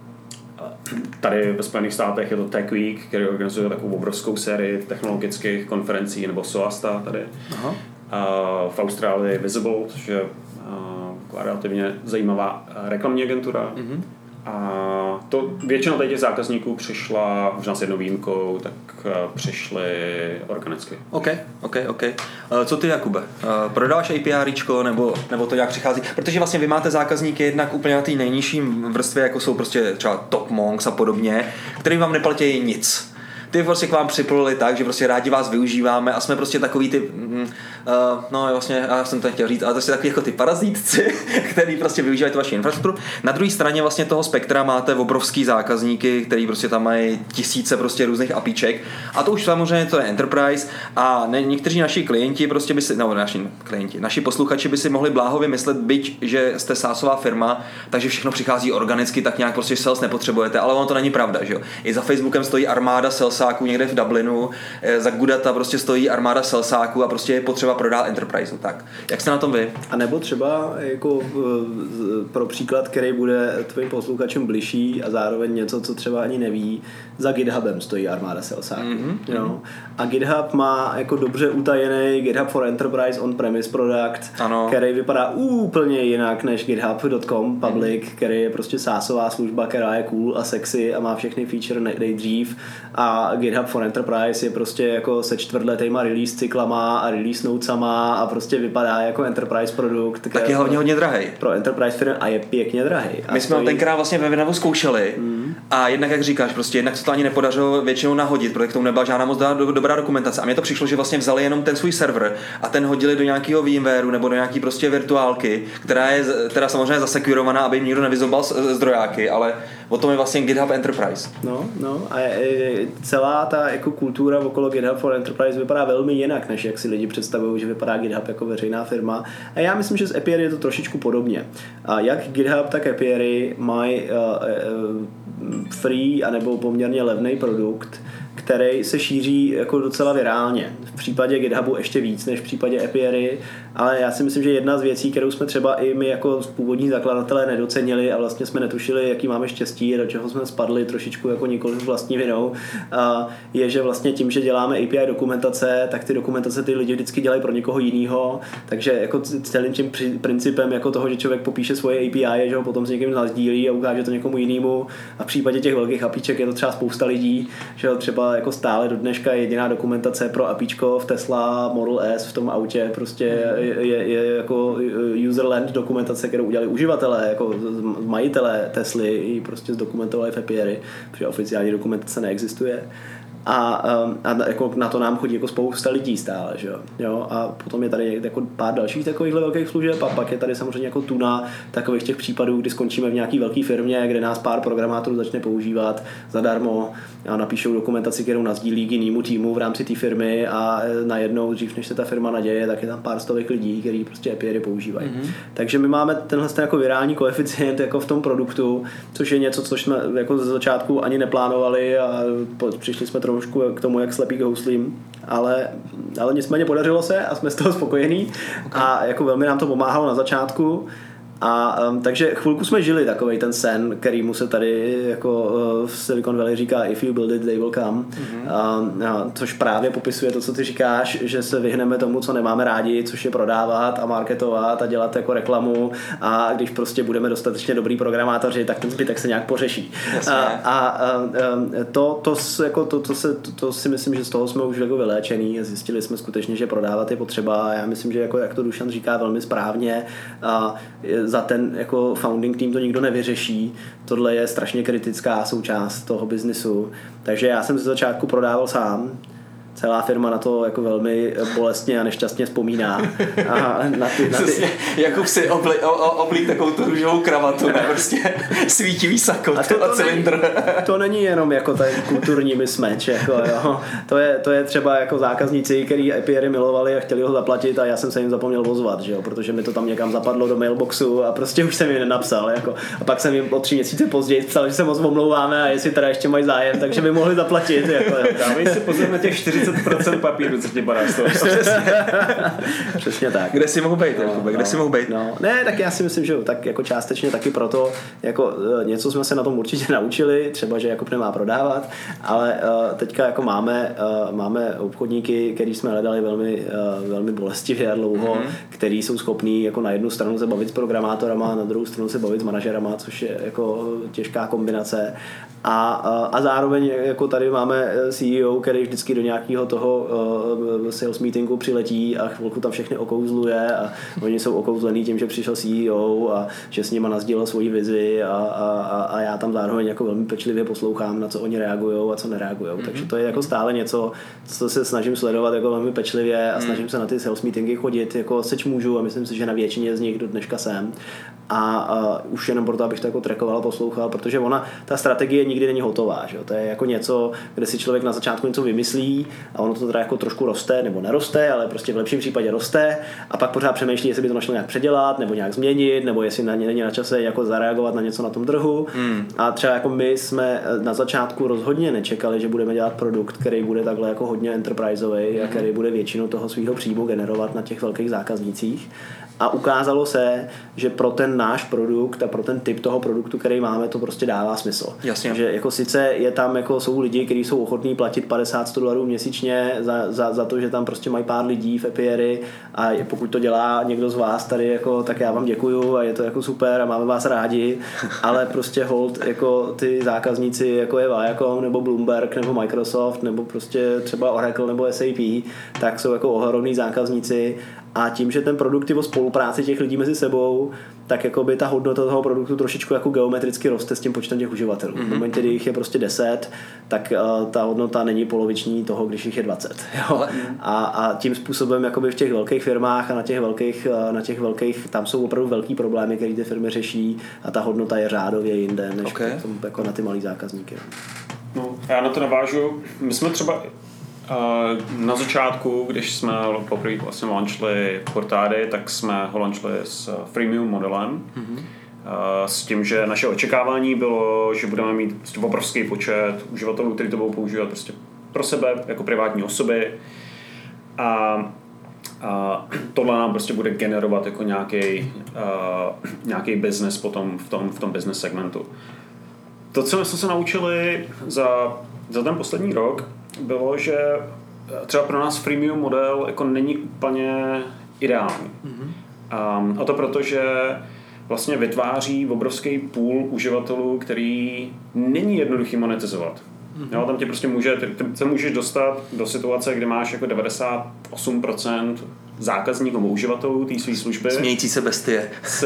tady ve Spojených státech je to Tech Week, který organizuje takovou obrovskou sérii technologických konferencí, nebo SOASTA tady. Aha. A v Austrálii Visible, což je uh, relativně zajímavá reklamní agentura. Mm-hmm. A to většina těch zákazníků přišla, možná s jednou výjimkou, tak uh, přišli organicky. OK, OK, OK. Uh, co ty, Jakube? Uh, prodáváš APIčko, nebo, nebo to jak přichází? Protože vlastně vy máte zákazníky jednak úplně na té nejnižší vrstvě, jako jsou prostě třeba Top Monks a podobně, který vám neplatí nic. Ty prostě k vám připluli tak, že prostě rádi vás využíváme a jsme prostě takový ty, mm, uh, no vlastně, já jsem to chtěl říct, ale to jsou takový jako ty parazítci, který prostě využívají tu vaši infrastrukturu. Na druhé straně vlastně toho spektra máte obrovský zákazníky, který prostě tam mají tisíce prostě různých apíček a to už samozřejmě to je enterprise a ne, někteří naši klienti prostě by si, no naši klienti, naši posluchači by si mohli bláhově myslet, byť, že jste SaaSová firma, takže všechno přichází organicky, tak nějak prostě sales nepotřebujete, ale ono to není pravda, že jo. I za Facebookem stojí armáda sales někde v Dublinu, za Goodata prostě stojí armáda salesáků a prostě je potřeba prodat enterprise. Tak, jak jste na tom vy? A nebo třeba jako pro příklad, který bude tvým posluchačům bližší a zároveň něco, co třeba ani neví, za GitHubem stojí armáda salesáků. Mm-hmm. Jo? A GitHub má jako dobře utajený GitHub for Enterprise on-premise product, ano. který vypadá úplně jinak než github tečka com public, mm-hmm. který je prostě SaaSová služba, která je cool a sexy a má všechny feature nejdřív a GitHub for Enterprise je prostě jako se čtvrtletýma release cyklama a release notesama a prostě vypadá jako enterprise produkt. Tak je hlavně hodně drahej. Pro enterprise firm a je pěkně drahej. My jsme ho tenkrát vlastně ve Vinavu zkoušeli mm. a jednak, jak říkáš, prostě jednak se to ani nepodařilo většinou nahodit, protože k tomu nebyla žádná moc dobrá dokumentace. A mně to přišlo, že vlastně vzali jenom ten svůj server a ten hodili do nějakého VMwareu nebo do nějaký prostě virtuálky, která je teda samozřejmě zasekurovaná, aby jim nikdo nevyzobal zdrojáky, ale O tom je vlastně GitHub Enterprise. No, no a je, celá ta jako kultura okolo GitHub for Enterprise vypadá velmi jinak, než jak si lidi představují, že vypadá GitHub jako veřejná firma. A já myslím, že s Apiary je to trošičku podobně. A jak GitHub, tak Apiary mají uh, uh, free anebo poměrně levný produkt, který se šíří jako docela virálně. V případě GitHubu ještě víc než v případě Apiary, ale já si myslím, že jedna z věcí, kterou jsme třeba i my jako původní zakladatelé nedocenili a vlastně jsme netušili, jaký máme štěstí, do čeho jsme spadli trošičku jako nikoliv vlastní vinou, je, že vlastně tím, že děláme A P I dokumentace, tak ty dokumentace ty lidi vždycky dělají pro někoho jinýho, takže jako celým tím principem jako toho, že člověk popíše svoje A P I, je, že ho potom s někým nasdílí a ukáže to někomu jinému, a v případě těch velkých apíček je to třeba spousta lidí, že třeba jako stále do dneška jediná dokumentace pro apíčko v Tesla Model S v tom autě prostě je, je, je jako user-land dokumentace, kterou udělali uživatelé, jako majitelé Tesly, ji prostě zdokumentovali v Apiary, protože oficiální dokumentace neexistuje. A, a jako na to nám chodí jako spousta lidí stále, že jo? A potom je tady jako pár dalších takovýchhle velkých služeb a pak je tady samozřejmě jako tuna takových těch případů, kdy skončíme v nějaký velké firmě, kde nás pár programátorů začne používat zadarmo a napíšou dokumentaci, kterou nasdílí k jinému týmu v rámci té firmy a najednou, dřív než se ta firma naděje, tak je tam pár stovek lidí, kteří prostě Apiary používají. Mm-hmm. Takže my máme tenhle ten jako virální koeficient jako v tom produktu, což je něco, co jsme jako ze začátku ani neplánovali a přišli jsme trošku k tomu, jak slepý houslím, ale, ale nicméně podařilo se a jsme z toho spokojení. Okay. A jako velmi nám to pomáhalo na začátku. A um, takže chvilku jsme žili takovej ten sen, kterýmu se tady jako uh, v Silicon Valley říká if you build it, they will come. Mm-hmm. Um, a, což právě popisuje to, co ty říkáš, že se vyhneme tomu, co nemáme rádi, což je prodávat a marketovat a dělat jako reklamu, a když prostě budeme dostatečně dobrý programátoři, tak ten zbytek se nějak pořeší. A, a um, to, to, jako to, to, se, to, to si myslím, že z toho jsme už jako vyléčený a zjistili jsme skutečně, že prodávat je potřeba. A já myslím, že jako, jak to Dušan říká velmi správně, a za ten jako founding tým to nikdo nevyřeší. Tohle je strašně kritická součást toho biznisu. Takže já jsem ze začátku prodával sám. Celá firma na to jako velmi bolestně a nešťastně vzpomíná. A na ty, na ty... Jakub si obli, oblík takovou tu růžovou kravatu, ne? Prostě svítivý sako a, to, to a cylindr. Není, to není jenom jako ten kulturní mismatch. Jako, jo. To, je, to je třeba jako zákazníci, který Apiary milovali a chtěli ho zaplatit a já jsem se jim zapomněl ozvat, že jo? Protože mi to tam někam zapadlo do mailboxu a prostě už jsem jim nenapsal. Jako. A pak jsem jim o tři měsíce později psal, že se moc omlouváme a jestli teda ještě mají zájem, takže by mohli zaplatit. Jako, dávej si pozor na těch čtyřicet procent papíru, co tě padá z toho. Přesně tak. Kde si mohu být, no, Jakube, kde no, si mohu být? No. Ne, tak já si myslím, že tak jako částečně taky proto, jako něco jsme se na tom určitě naučili, třeba, že Jakub nemá prodávat, ale uh, teďka jako máme, uh, máme obchodníky, který jsme hledali velmi, uh, velmi bolestivě a dlouho, mm-hmm. který jsou schopní jako na jednu stranu se bavit s programátorama, na druhou stranu se bavit s manažerama, což je jako těžká kombinace. A, a zároveň jako tady máme C E O, který vždycky do nějakého toho uh, sales meetingu přiletí a chvilku tam všechny okouzluje a oni jsou okouzlený tím, že přišel C E O a že s nima nasdílel svoji vizi a, a, a já tam zároveň jako velmi pečlivě poslouchám, na co oni reagujou a co nereagujou. Mm-hmm. Takže to je jako stále něco, co se snažím sledovat jako velmi pečlivě a snažím se na ty sales meetingy chodit jako seč můžu a myslím si, že na většině z nich do dneška jsem. A, a už jenom proto, abych to jako trackoval a poslouchal, protože ona, ta strategie nikdy není hotová, že? To je jako něco, kde si člověk na začátku něco vymyslí a ono to teda jako trošku roste nebo neroste, ale prostě v lepším případě roste a pak pořád přemýšlí, jestli by to našlo nějak předělat nebo nějak změnit, nebo jestli na ně není na čase jako zareagovat na něco na tom trhu. Hmm. A třeba jako my jsme na začátku rozhodně nečekali, že budeme dělat produkt, který bude takhle jako hodně enterpriseový hmm. a který bude většinu toho svého příjmu generovat na těch velkých zákaznících. A ukázalo se, že pro ten náš produkt a pro ten typ toho produktu, který máme, to prostě dává smysl. Jasně. Že jako sice je tam, jako jsou lidi, kteří jsou ochotní platit padesát sto dolarů měsíčně za, za, za to, že tam prostě mají pár lidí v Apiary a pokud to dělá někdo z vás tady, jako, tak já vám děkuju a je to jako super a máme vás rádi, ale prostě hold jako ty zákazníci, jako je Viacom nebo Bloomberg nebo Microsoft nebo prostě třeba Oracle nebo S A P, tak jsou jako ohromní zákazníci. A tím, že ten produkt je o spolupráci těch lidí mezi sebou, tak jakoby ta hodnota toho produktu trošičku jako geometricky roste s tím počtem těch uživatelů. Mm-hmm. V momentě, kdy jich je prostě deset, tak uh, ta hodnota není poloviční toho, když jich je dvacet. Jo? A, a tím způsobem jakoby v těch velkých firmách a na těch velkých, uh, na těch velkých, tam jsou opravdu velký problémy, které ty firmy řeší a ta hodnota je řádově jinde, než okay. tom, jako na ty malý zákazníky. No, já na to navážu. My jsme třeba na začátku, když jsme poprvé vlastně launchli Portády, tak jsme ho launchli s freemium modelem. Mm-hmm. S tím, že naše očekávání bylo, že budeme mít prostě obrovský počet uživatelů, kteří to budou používat prostě pro sebe, jako privátní osoby. A, a tohle nám prostě bude generovat jako nějaký, uh, nějaký business potom v tom, v tom business segmentu. To, co jsme se naučili za, za ten poslední rok, bylo, že třeba pro nás freemium model jako není úplně ideální. Mm-hmm. Um, a to proto, že vlastně vytváří obrovský pool uživatelů, který není jednoduchý monetizovat. Mm-hmm. Jo, tam tě prostě může, ty, ty se můžeš dostat do situace, kde máš jako devadesát osm procent zákazníků nebo uživatelů té své služby. Smějící se bestie. Jsou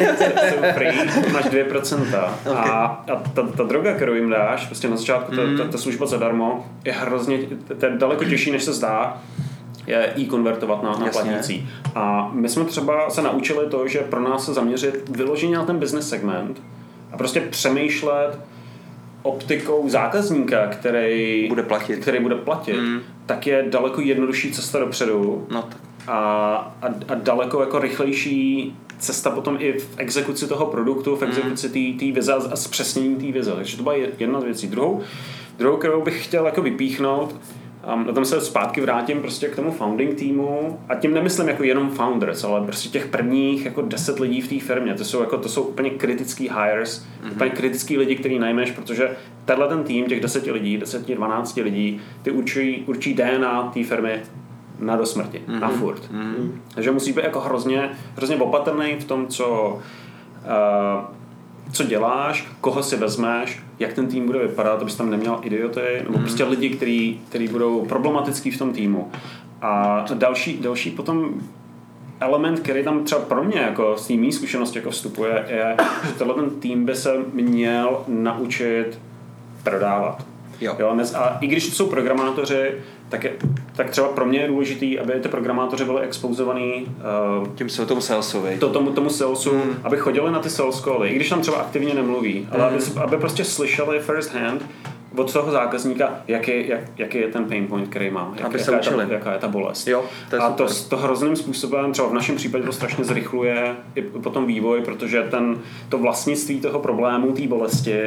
free, máš dvě procenta. Okay. A, a ta, ta droga, kterou jim dáš, prostě na začátku ta, ta, ta služba zadarmo, je hrozně, to je daleko těžší, než se zdá, je i konvertovat na, na platící. A my jsme třeba se naučili to, že pro nás se zaměřit vyloženě na ten business segment a prostě přemýšlet optikou zákazníka, který bude platit, který bude platit mm. tak je daleko jednodušší cesta dopředu. No tak. A, a, a daleko jako rychlejší cesta potom i v exekuci toho produktu, v exekuci té mm. vize a zpřesnění té vize. Takže to byla jedna z věcí. Druhou, druhou kterou bych chtěl jako vypíchnout, um, na tom se zpátky vrátím prostě k tomu founding týmu a tím nemyslím jako jenom founders, ale prostě těch prvních jako deset lidí v té firmě. To jsou, jako, to jsou úplně kritický hires, mm. úplně kritický lidi, který najmeš, protože tenhle ten tým, těch deseti lidí, deseti, dvanácti lidí, ty určí, určí D N A té firmy na do smrti, mm-hmm. na furt. Mm-hmm. Takže musí být jako hrozně, hrozně opatrný v tom, co, uh, co děláš, koho si vezmeš, jak ten tým bude vypadat, abys tam neměl idioty, nebo mm-hmm. prostě lidi, který, který budou problematický v tom týmu. A další, další potom element, který tam třeba pro mě jako z té mý zkušenosti jako vstupuje, je, že tenhle ten tým by se měl naučit prodávat. Jo. Jo, a i když jsou programátoři, tak, je, tak třeba pro mě je důležitý, aby ty programátoři byli expozovaný uh, tím se tomu salesovi. To, tomu, tomu salesu, mm. aby chodili na ty sales cally, i když tam třeba aktivně nemluví, ale mm. aby, aby prostě slyšeli first hand od toho zákazníka, jaký, jak, jaký je ten pain point, který má, jak, aby jaká, je ta, jaká je ta bolest. Jo, to a to, to hrozným způsobem, třeba v našem případě to strašně zrychluje i potom vývoj, protože ten, to vlastnictví toho problému, té bolesti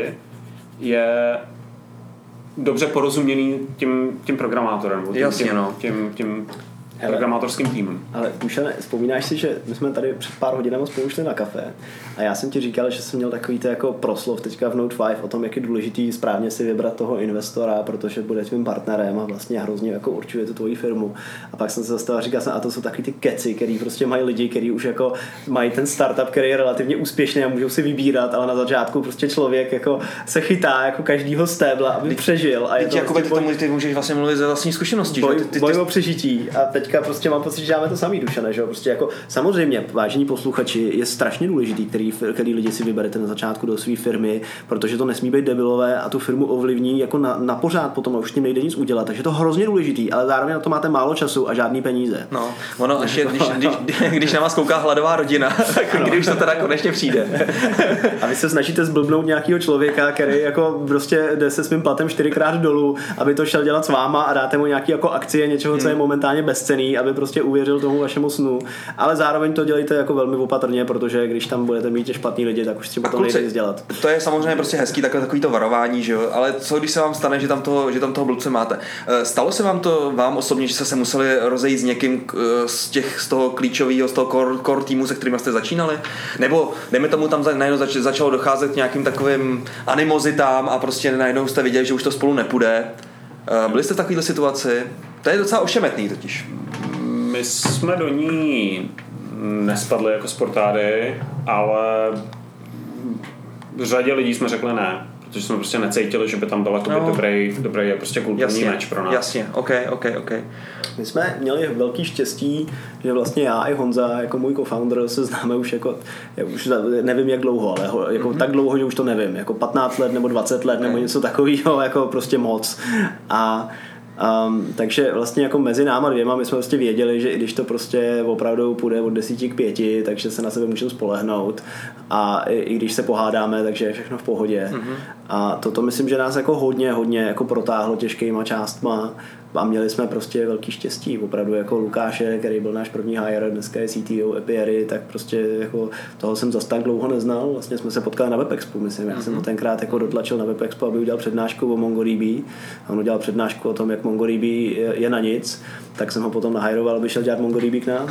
je dobře porozuměný tím, tím programátorem, tím, Jasně, tím, no. tím, tím programátorským týmem. Ale Dušane, vzpomínáš si, že my jsme tady před pár hodinami spolu šli na kafe a já jsem ti říkal, že jsem měl takový to jako proslov teďka v Note pět o tom, jak je důležitý správně si vybrat toho investora, protože bude tvým partnerem a vlastně hrozně jako určuje tu tvoji firmu. A pak jsem se zastavil a říkal jsem, a to jsou takový ty keci, který prostě mají lidi, kteří už jako mají ten startup, který je relativně úspěšný a můžou si vybírat, ale na začátku prostě člověk jako se chytá jako každýho stébla, aby přežil. A je to jako vlastně ty, tomu, ty můžeš vlastně mluvit ze vlastní zkušenosti. Boj, ty, ty, boj o přežití. A teďka prostě mám pocit, že děláme to samý, Dušane, že jo? Prostě jako samozřejmě, vážení posluchači, je strašně důležitý, který, který lidi si vyberete na začátku do své firmy, protože to nesmí být debilové a tu firmu ovlivní jako na, na pořád, potom už tím nejde nic udělat. Takže to hrozně důležitý, ale zároveň na to máte málo času a žádný peníze. No, ono, ještě, když, když, když na vás kouká hladová rodina, tak no. Když to teda konečně přijde. A vy se snažíte zblbnout nějakého člověka, který jako prostě jde se svým platem čtyřikrát dolů, aby to šel dělat s váma a dáte mu nějaký jako akcie něčeho, co je momentálně bezcenný, aby prostě uvěřil tomu vašemu snu, ale zároveň to dělejte jako velmi opatrně, protože když tam budete mít těch špatný lidi, tak už třeba to nejde nic dělat. To je samozřejmě prostě hezký takové takový to varování, že jo, ale co když se vám stane, že tam toho, že tam toho blbce máte? Stalo se vám to vám osobně, že jste se museli rozejít s někým z těch z toho klíčového, z toho core, core týmu, se kterým jste začínali? Nebo dejme tomu tam najednou zač, začalo docházet k nějakým takovým animozitám a prostě najednou jste viděli, že už to spolu nepůjde. Byli jste v takovéhle situaci? To je docela ošemetný totiž. My jsme do ní nespadli jako z Portády, ale řadě lidí jsme řekli ne, protože jsme prostě necítili, že by tam byl no. dobrý, dobrý prostě kulturní meč pro nás. Jasně, ok, ok, ok. My jsme měli velký štěstí, že vlastně já i Honza, jako můj co-founder, se známe už jako, já už nevím jak dlouho, ale jako mm-hmm. tak dlouho, že už to nevím, jako patnáct let nebo dvacet let nebo něco takového, jako prostě moc. A Um, takže vlastně jako mezi náma dvěma my jsme prostě věděli, že i když to prostě opravdu půjde od desíti k pěti, takže se na sebe můžeme spolehnout a i, i když se pohádáme, takže je všechno v pohodě. Mm-hmm. A toto myslím, že nás jako hodně, hodně jako protáhlo těžkýma částma a měli jsme prostě velký štěstí. Opravdu jako Lukáše, který byl náš první hire, dneska je C T O Epiery, tak prostě jako toho jsem zas tak dlouho neznal. Vlastně jsme se potkali na WebExpu, myslím. Já mm-hmm. jsem ho tenkrát jako dotlačil na WebExpu, aby udělal přednášku o MongoDB. A on udělal přednášku o tom, jak MongoDB je, je na nic. Tak jsem ho potom nahiroval, aby šel dělat MongoDB k nám.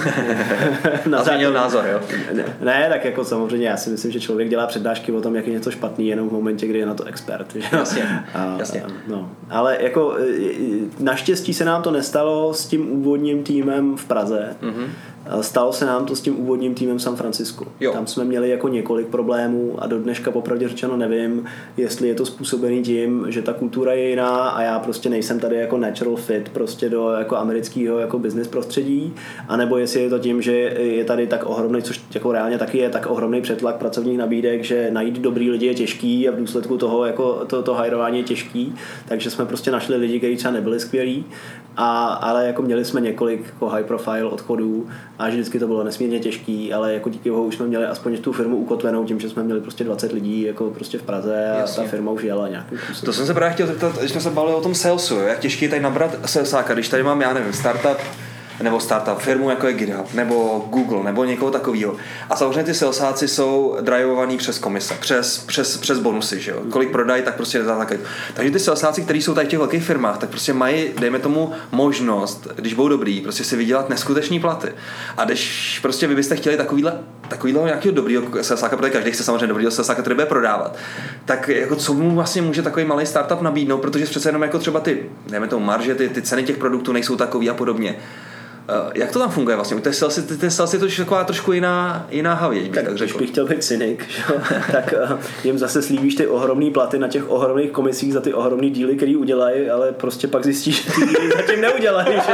na a změnil názor, jo? Ne, ne, tak jako samozřejmě já si myslím, že člověk dělá přednášky o tom, jak je něco špatný, jenom v momentě, kdy je na to expert. Že? Jasně, a, jasně. No. Ale jako naštěstí se nám to nestalo s tím úvodním týmem v Praze. Mm-hmm. Stalo se nám to s tím úvodním týmem v San Francisku. Jo. Tam jsme měli jako několik problémů a do dneška popravdě řečeno nevím, jestli je to způsobený tím, že ta kultura je jiná a já prostě nejsem tady jako natural fit prostě do jako amerického jako business prostředí, anebo jestli je to tím, že je tady tak ohromný, což jako reálně taky je tak ohromný přetlak pracovních nabídek, že najít dobrý lidi je těžký a v důsledku toho jako to, to hirování je těžký, takže jsme prostě našli lidi, kteří třeba nebyli skvělí, a, ale jako měli jsme několik jako high profile odchodů a vždycky to bylo nesmírně těžký, ale jako díky bohu už jsme měli aspoň tu firmu ukotvenou tím, že jsme měli prostě dvacet lidí jako prostě v Praze a Jasně. ta firma už jela nějakým způsobem. To jsem se právě chtěl zeptat, když jsme se bavili o tom salesu, jak těžký je tady nabrat salesáka, když tady mám, já nevím, startup nebo startup firmu jako je GitHub, nebo Google, nebo někoho takového. A samozřejmě ty salesáci jsou drivovaný přes komise, přes, přes, přes bonusy, že jo. Kolik prodají, tak prostě nezáklad. Takže ty salesáci, kteří jsou tady v těch velkých firmách, tak prostě mají, dejme tomu, možnost, když budou dobrý, prostě si vydělat neskutečný platy. A když prostě vy byste chtěli takovýhle, takovýhle nějakého dobrýho salesáka, protože každý chce samozřejmě dobrýho salesáka, který bude prodávat, tak jako co mu vlastně může takový malý startup nabídnout, protože přece jenom jako třeba ty, dejme tomu marže, ty, ty ceny těch produktů nejsou takový a podobně. Jak to tam funguje vlastně? Ty sales, ty, ty sales je to taková trošku jiná, jiná havěť, bych tak, tak řekl. Když bych chtěl být cynik, tak uh, jim zase slíbíš ty ohromný platy na těch ohromných komisích za ty ohromný díly, který udělají, ale prostě pak zjistíš, že ty díly zatím neudělají. Že?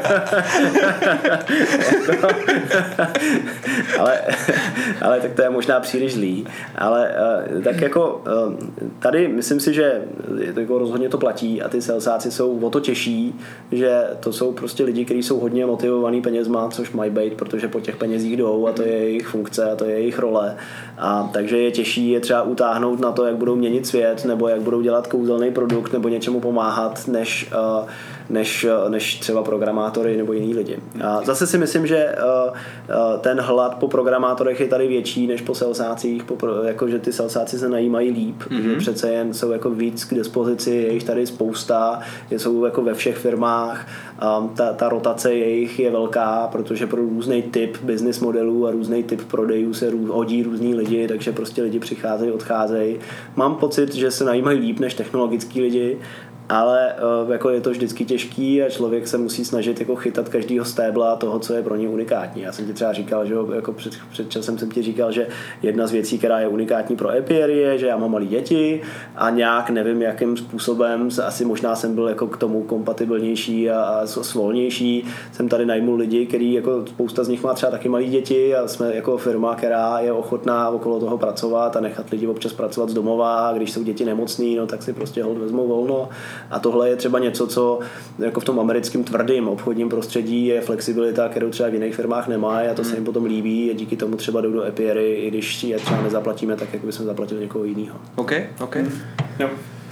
ale, ale tak to je možná příliš zlý. Ale uh, tak jako uh, tady myslím si, že jako rozhodně to platí a ty salesáci jsou o to těžší, že to jsou prostě lidi, kteří jsou hodně motivovaný penězma, což mají být, protože po těch penězích jdou a to je jejich funkce a to je jejich role. A takže je těžší je třeba utáhnout na to, jak budou měnit svět nebo jak budou dělat kouzelný produkt nebo něčemu pomáhat, než, uh, než, uh, než třeba programátory nebo jiní lidi. A zase si myslím, že uh, uh, ten hlad po programátorech je tady větší než po salesácích, po, jako, že ty salesáci se najímají líp, mm-hmm. že přece jen jsou jako víc k dispozici, je jich tady spousta, jsou jako ve všech firmách, um, ta, ta rotace jejich je velká, protože pro různý typ business modelů a různý typ prodejů se rů, hodí různý lidi, takže prostě lidi přicházejí, odcházejí. Mám pocit, že se najímají líp než technologický lidi, ale uh, jako je to vždycky těžký a člověk se musí snažit jako chytat každýho stébla toho, co je pro ně unikátní. Já jsem ti třeba říkal, že jako před, před časem jsem ti říkal, že jedna z věcí, která je unikátní pro Epiery, je, že já mám malé děti a nějak nevím, jakým způsobem, asi možná jsem byl jako k tomu kompatibilnější a, a svolnější. Jsem tady najmul lidi, který jako spousta z nich má třeba taky malé děti a jsme jako firma, která je ochotná okolo toho pracovat a nechat lidi občas pracovat z domova a když jsou děti nemocný, no tak si prostě hold vezmou volno. A tohle je třeba něco, co jako v tom americkém tvrdým obchodním prostředí je flexibilita, kterou třeba v jiných firmách nemá a to mm. se jim potom líbí a díky tomu třeba jdou do Epiery, i když je třeba nezaplatíme tak, jako bychom zaplatili někoho jiného. OK, OK. Mm. Jo.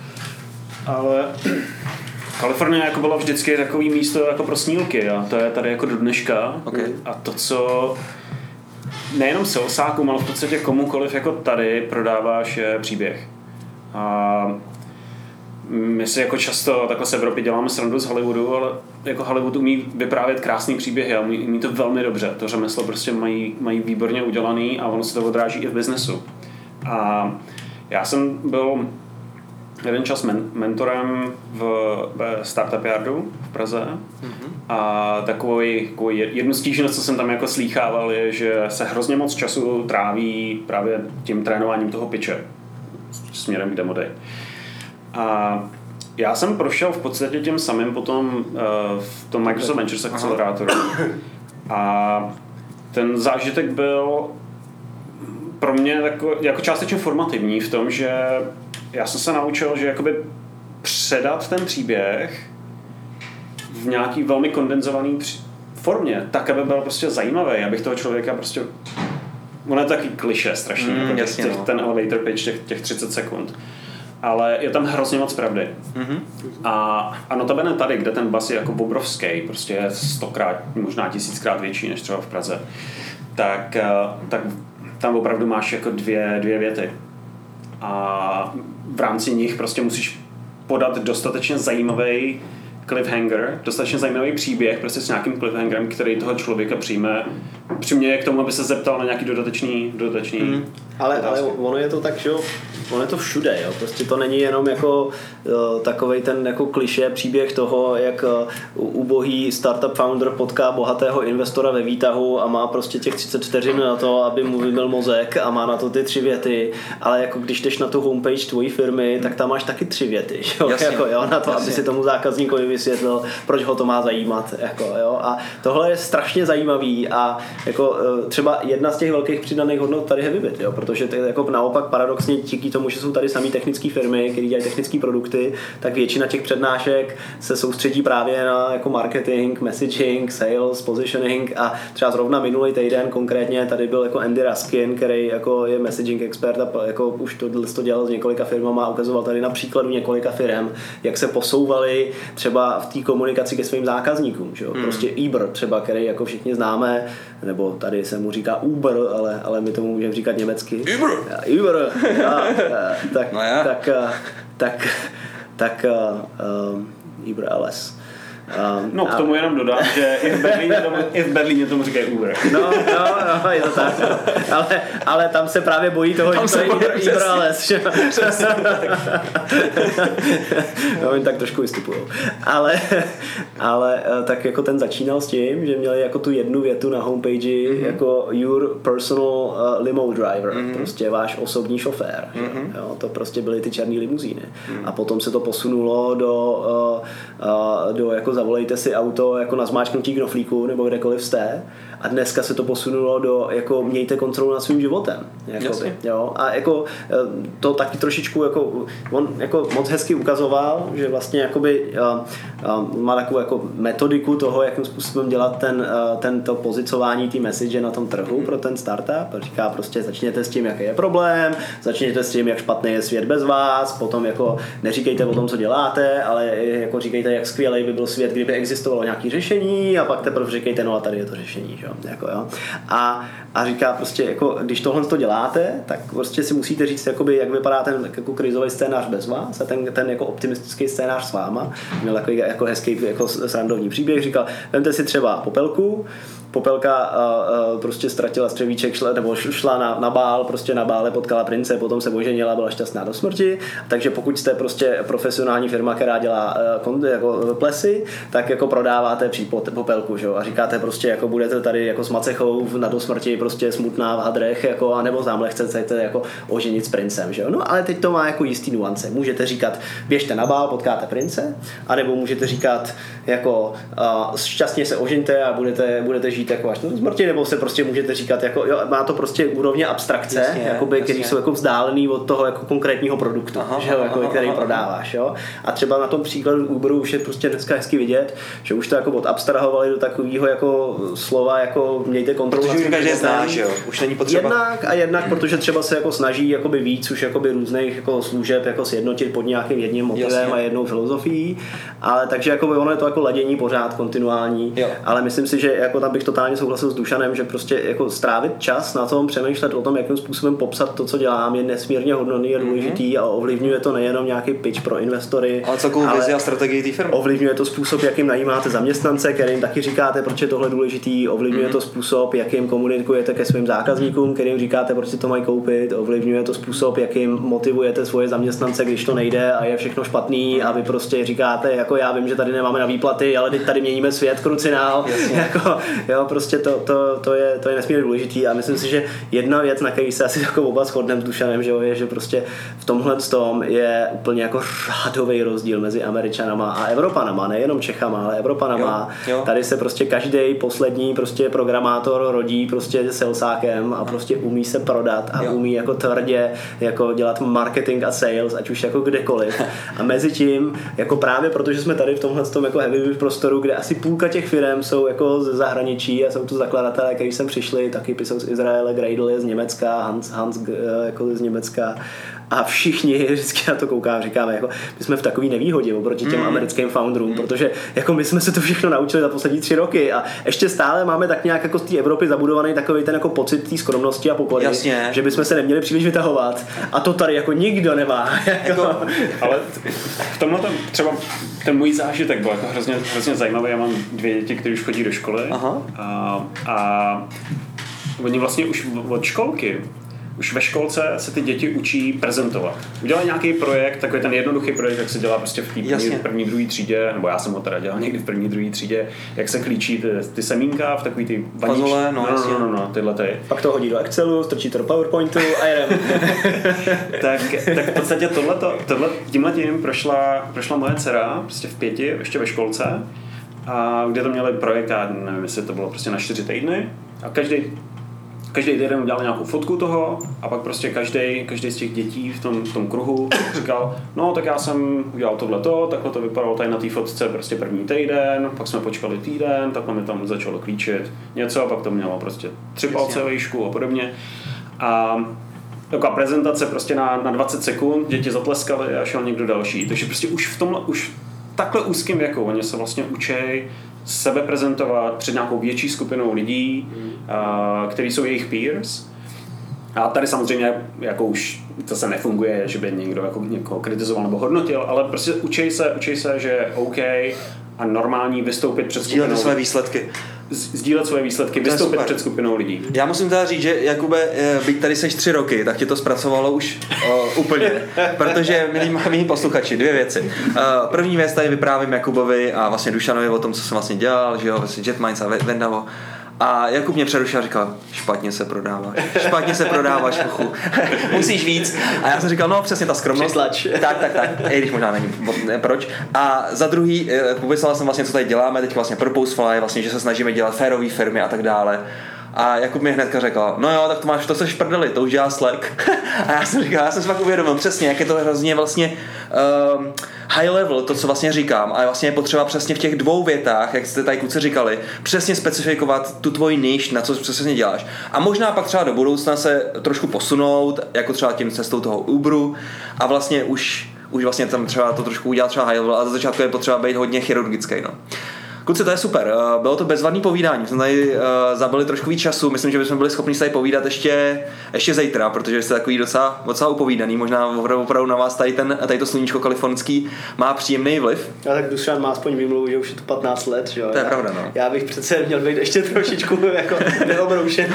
Ale Kalifornie jako bylo vždycky takový místo jako pro snílky a to je tady jako do dneška. Okay. A to, co nejenom salesákům, ale v podstatě komukoliv jako tady prodáváš, je příběh. A my si jako často takhle z Evropy děláme srandu z Hollywoodu, ale jako Hollywood umí vyprávět krásný příběhy a umí, umí to velmi dobře. To řemeslo prostě mají, mají výborně udělaný a ono se to odráží i v biznesu. A já jsem byl jeden čas men- mentorem v, ve Startup Yardu v Praze mm-hmm. a takový, takový jednu stížnost, co jsem tam jako slýchával, je, že se hrozně moc času tráví právě tím trénováním toho pitche. směrem k Demo Day. A já jsem prošel v podstatě tím samým potom uh, v tom Microsoft Ventures Accelerator. A ten zážitek byl pro mě jako, jako částečně formativní v tom, že já jsem se naučil, že jakoby předat ten příběh v nějaký velmi kondenzovaný formě, tak, aby byl prostě zajímavý, abych toho člověka prostě... Ono je taky klišé strašně, mm, jako jasně, těch, no. ten elevator pitch, těch, těch třicet sekund. Ale je tam hrozně moc pravdy. Mm-hmm. A, a notabene tady, kde ten bas je jako obrovský, prostě je stokrát, možná tisíckrát větší než třeba v Praze, tak, tak tam opravdu máš jako dvě, dvě věty. A v rámci nich prostě musíš podat dostatečně zajímavý cliffhanger, dostatečně zajímavý příběh prostě s nějakým cliffhangerem, který toho člověka přijme, přiměje k tomu, aby se zeptal na nějaký dodatečný, dodatečný mm. ale, ale ono je to tak, že jo, ono je to všude, jo, prostě to není jenom jako uh, takovej ten jako klišé příběh toho, jak uh, ubohý startup founder potká bohatého investora ve výtahu a má prostě těch třicet vteřin na to, aby mu vymyl mozek a má na to ty tři věty, ale jako když jdeš na tu homepage tvojí firmy, tak tam máš taky tři věty, jo, jako, jo, na to, jasně. aby si tomu zákazníkovi vysvětlil, proč ho to má zajímat, jako, jo, a tohle je strašně zajímavý a jako třeba jedna z těch velkých přidaných hodnot tady je Heavybit, jo, protože to je jako naopak paradoxně díky tomu, že jsou tady samý technické firmy, které dělají technické produkty, tak většina těch přednášek se soustředí právě na jako marketing, messaging, sales, positioning a třeba zrovna minulý týden konkrétně tady byl jako Andy Raskin, který jako je messaging expert a jako už to, to dělal s několika firmama a ukazoval tady na příkladu několika firm, jak se posouvali třeba v té komunikaci ke svým zákazníkům, že jo? Hmm. Prostě Uber třeba, který jako všichni známe, nebo tady se mu říká Uber, ale, ale my tomu můžeme říkat německy. Uber! Ja, Uber, ja, ja, tak, no ja. tak, tak, tak um, Uber L S. Um, no k tomu a... jenom dodám, že i v Berlíně tomu, i v Berlíně tomu říkají Uber. No, no, no, je to tak. Ale, ale tam se právě bojí toho, tam že to je Uber, Uber L S. No, oni tak trošku vystupujou. Ale, ale tak jako ten začínal s tím, že měli jako tu jednu větu na homepage mm-hmm. jako your personal uh, limo driver, mm-hmm. prostě váš osobní šofér. Mm-hmm. Jo, to prostě byly ty černý limuzíny. Mm-hmm. A potom se to posunulo do, uh, uh, do jako zavolejte si auto jako na zmáčknutí knoflíku nebo kdekoliv jste a dneska se to posunulo do jako mějte kontrolu nad svým životem. Jakoby, jo? A jako to taky trošičku jako, on jako moc hezky ukazoval, že vlastně jakoby uh, uh, má takovou jako metodiku toho, jakým způsobem dělat ten, uh, tento pozicování té message na tom trhu pro ten startup. Říká prostě začněte s tím, jaký je problém, začněte s tím, jak špatný je svět bez vás, potom jako neříkejte o tom, co děláte, ale jako říkejte, jak skvělý by byl svět, kdyby existovalo nějaké řešení a pak teprve říkejte, no a tady je to řešení. Že? Jako, jo. A, a říká prostě, jako, když tohle to děláte, tak prostě si musíte říct, jakoby, jak vypadá ten jako krizový scénář bez vás a ten, ten jako optimistický scénář s váma. Měl takový jako hezký jako srandovní příběh, říkal, vemte si třeba Popelku, Popelka uh, uh, prostě ztratila střevíček, šla, nebo šla na, na bál, prostě na bále potkala prince, potom se oženila, byla šťastná do smrti, takže pokud jste prostě profesionální firma, která dělá uh, jako plesy, tak jako prodáváte případ Popelku, že jo, a říkáte prostě, jako budete tady jako s macechou na do smrti prostě smutná v hadrech, jako, anebo tamhle chcete jako oženit s princem, že jo, no ale teď to má jako jistý nuance, můžete říkat, běžte na bál, potkáte prince, anebo můžete říkat, jako uh, šťastně se ožeňte a budete, budete žít jako až do smrti, nebo se prostě můžete říkat, jako, jo, má to prostě úrovně abstrakce, jasně, jakoby, jasně. který jsou jako vzdálený od toho jako konkrétního produktu, aha, že jo, jako, aha, který aha, prodáváš, jo. A třeba na tom příkladu Uberu už je prostě dneska hezky vidět, že už to jako odabstrahovali do takového jako slova, jako mějte kontrolu. Protože říkáš, že znáš, jo, už není potřeba. Jednak a jednak, protože třeba se jako snaží jakoby víc už jakoby různých jako služeb jako sjednotit pod nějakým jedním motivem, jasně. a jednou filozofií, ale takže jako ono je to jako ladění pořád kontinuální, jo. Ale myslím si, že jako tam bych totálně souhlasil s Dušanem, že prostě jako strávit čas na tom, přemýšlet o tom, jakým způsobem popsat to, co dělám, je nesmírně hodnotný a důležitý, mm-hmm. a ovlivňuje to nejenom nějaký pitch pro investory, ale celkovou vizi a strategii té firmy. Ovlivňuje to způsob, jakým najímáte zaměstnance, kterým taky říkáte, proč je tohle důležitý, ovlivňuje mm-hmm. to způsob, jakým komunikujete ke svým zákazníkům, kterým říkáte, proč si to mají koupit, ovlivňuje to způsob, jakým motivujete svoje zaměstnance, když to nejde a je všechno špatný, a vy prostě říkáte, jako já vím, že tady nemáme na výplaty, ale teď tady měníme svět, krucinál, jako, jo, Jo, prostě to, to, to, je, to je nesmírně důležitý a myslím si, že jedna věc, na který se asi jako oba shodneme s Dušanem, že jo, je, že prostě v tomhle tom je úplně jako řádový rozdíl mezi Američanama a Evropanama, nejenom Čechama, ale Evropanama. Jo, jo. Tady se prostě každý poslední prostě programátor rodí prostě salesákem a prostě umí se prodat a jo. umí jako tvrdě jako dělat marketing a sales, ať už jako kdekoliv. A mezi tím, jako právě protože jsme tady v tomhle tom jako heavy prostoru, kde asi půlka těch firm jsou jako ze zahraničí a jsou tu zakladatelé, kteří sem přišli, taky jsou z Izraele, Gradle je z Německa, Hans, Hans jako z Německa a všichni vždycky na to koukám, říkáme, jako my jsme v takové nevýhodě oproti těm mm. americkým founderům, mm. protože jako my jsme se to všechno naučili za poslední tři roky a ještě stále máme tak nějak jako z té Evropy zabudovaný takový ten jako pocit té skromnosti a pokory, Jasně. že bychom se neměli příliš vytahovat a to tady jako nikdo nemá. Jako, ale v tomhle tam třeba ten můj zážitek byl jako hrozně, hrozně zajímavý. Já mám dvě děti, které už chodí do školy. Aha. A, a oni vlastně už od školky už ve školce se ty děti učí prezentovat. Udělají nějaký projekt, takový ten jednoduchý projekt, jak se dělá prostě v té první, první, druhé třídě, nebo já jsem ho teda dělal někdy v první, druhé třídě, jak se klíčí ty, ty semínka v takový ty vaničky. Fazole, no, no, no, no, no, tyhle ty. Pak to hodí do Excelu, strčí to do PowerPointu a jedem. tak, tak v podstatě tohleto, tohle, tímhletím prošla, prošla moje dcera prostě v pěti, ještě ve školce, a kde to měli projekt, já nevím, jestli to bylo prostě na čtyři týdny a každý Každý týden udělal nějakou fotku toho a pak prostě každý, každý z těch dětí v tom, v tom kruhu říkal, no tak já jsem udělal tohleto, takhle to vypadalo tady na té fotce prostě první týden, pak jsme počkali týden, takhle mi tam začalo klíčit něco a pak to mělo prostě tři palce výšku a podobně. A taková prezentace prostě na, na dvacet sekund, děti zatleskaly a šel někdo další. Takže prostě už v tomhle, už takhle úzkým věku, oni se vlastně učí sebe prezentovat před nějakou větší skupinou lidí, mm. a, který jsou jejich peers. A tady samozřejmě jako už to se nefunguje, že by někdo jako někoho kritizoval nebo hodnotil, ale prostě učí se, učí se, že je OK a normální vystoupit před skupinou. Sdílet své výsledky. Sdílet své výsledky, to vystoupit před skupinou lidí. Já musím teda říct, že Jakube, byť tady seš tři roky, tak tě to zpracovalo už uh, úplně. Protože, milí, milí posluchači, dvě věci. Uh, první věc tady vyprávím Jakubovi a vlastně Dušanovi o tom, co jsem vlastně dělal, že jo, vlastně JetMinds a Vendavo. A Jakub mě přerušil a říkal, špatně se prodáváš, špatně se prodáváš, chuchu. Musíš víc. A já jsem říkal, no přesně ta skromnost. Přeslač. Tak, tak, tak, i když možná není, ne, proč. A za druhý, popisoval jsem vlastně, co tady děláme, teď vlastně Purposefly, vlastně, že se snažíme dělat férové firmy a tak dále. A Jakub mi hnedka řekl, no jo, tak to máš, to seš prdeli, to už dělá Slack. A já jsem říkal, já jsem si fakt uvědomil přesně, jak je to hrozně vlastně um, high level, to, co vlastně říkám. A vlastně je potřeba přesně v těch dvou větách, jak jste tady kluci říkali, přesně specifikovat tu tvoji niž, na co přesně děláš. A možná pak třeba do budoucna se trošku posunout, jako třeba tím cestou toho Uberu a vlastně už, už vlastně tam třeba to trošku udělat třeba high level, a za začátku je potřeba být hodně chirurgický, no. Kluci, to je super. Bylo to bezvadný povídání. Jsme tady uh, zabili trošku víc času. Myslím, že bychom byli schopni se tady povídat ještě, ještě zítra, protože jste takový docela, docela upovídaný. Možná opravdu, opravdu na vás tady, ten, tady to sluníčko kalifornský má příjemný vliv. A tak Dušan má aspoň výmluvu, že už je to patnáct let. Že jo? To je pravda, no. Já bych přece měl být ještě trošičku jako neobroušený.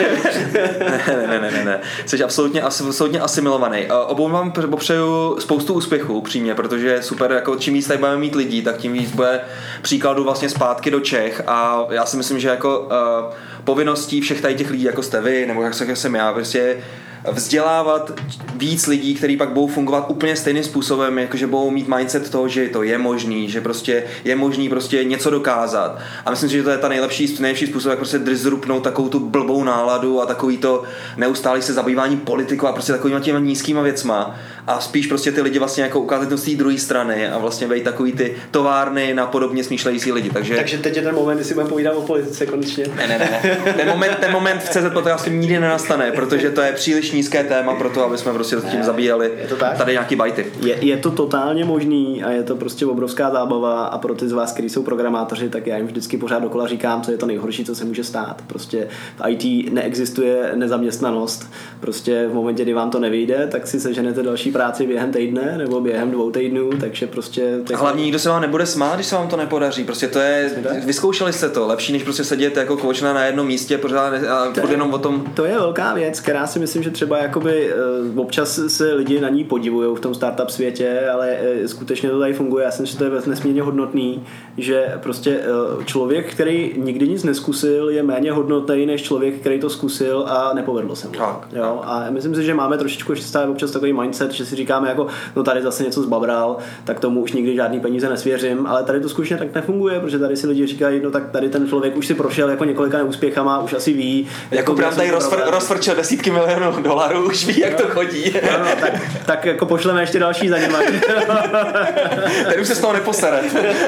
ne, ne, ne, ne, ne. Jsi absolutně, absolutně asimilovaný. Uh, obou vám popřeju spoustu úspěchů, přímě, protože super, jako čím víc tady budeme mít lidí, tak tím víc bude příkladů vlastně spát do Čech a já si myslím, že jako uh, povinností všech tady těch lidí, jako jste vy, nebo jak jsem já, prostě vzdělávat víc lidí, kteří pak budou fungovat úplně stejným způsobem, jakože budou mít mindset toho, že to je možný, že prostě je možný prostě něco dokázat. A myslím si, že to je ta nejlepší, nejlepší způsob, jak prostě disruptnout takovou tu blbou náladu a takový to neustálý se zabývání politikou a prostě takovýma těma nízkýma věcma. A spíš prostě ty lidi vlastně jako ukázat to z té druhé strany a vlastně být takový ty továrny na podobně smýšlející lidi. Takže, Takže teď je ten moment, kdy si budeme povídat o politice konečně. Ne, ne, ne. Ten moment, ten moment v C Z podcastu nikdy nenastane, protože to je příliš nízké téma pro to, aby jsme prostě tím zabíjeli tady nějaký bajty. Je, je to totálně možný a je to prostě obrovská zábava a pro ty z vás, kteří jsou programátoři, tak já jim vždycky pořád dokola říkám, co je to nejhorší, co se může stát. Prostě v í té neexistuje nezaměstnanost. Prostě v momentě, kdy vám to nevyjde, tak si seženete další práci během týdne nebo během dvou týdnů, takže prostě... A hlavně nikdo se vám nebude smát, když se vám to nepodaří, prostě to je, vyzkoušeli jste to, lepší než prostě sedět jako kvočna na jednom místě pořád a to jenom o tom... To je velká věc, která si myslím, že třeba jakoby občas se lidi na ní podivujou v tom startup světě, ale skutečně to tady funguje, já jsem si to je nesmírně hodnotný, že prostě člověk, který nikdy nic neskusil, je méně hodnotný než člověk, který to zkusil a nepovedlo se mu. Tak, jo? A myslím si, že máme trošičku ještě stále občas takový mindset, že si říkáme jako, no tady zase něco zbabral, tak tomu už nikdy žádný peníze nesvěřím, ale tady to skutečně tak nefunguje, protože tady si lidi říkají, no tak tady ten člověk už si prošel jako několika neúspěchama, už asi ví. Jako právě tady rozfr- rozfrčil desítky milionů dolarů, už ví, jak to chodí. No, no, tak, tak jako pošleme ještě další za něma. Ten už se z toho neposere.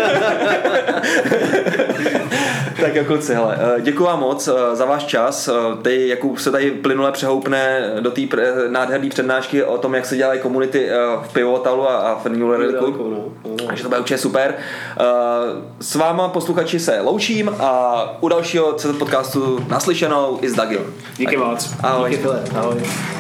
Tak jako kluci, hele, děkuji vám moc za váš čas. Ty, Jakub se tady plynule přehoupne do té nádherné přednášky o tom, jak se dělají komunity v Pivotalu a v New Relicu. Takže to bude určitě super. S váma posluchači se loučím a u dalšího podcastu naslyšenou i s Dagil. Díky moc. Ahoj. Díky, ahoj.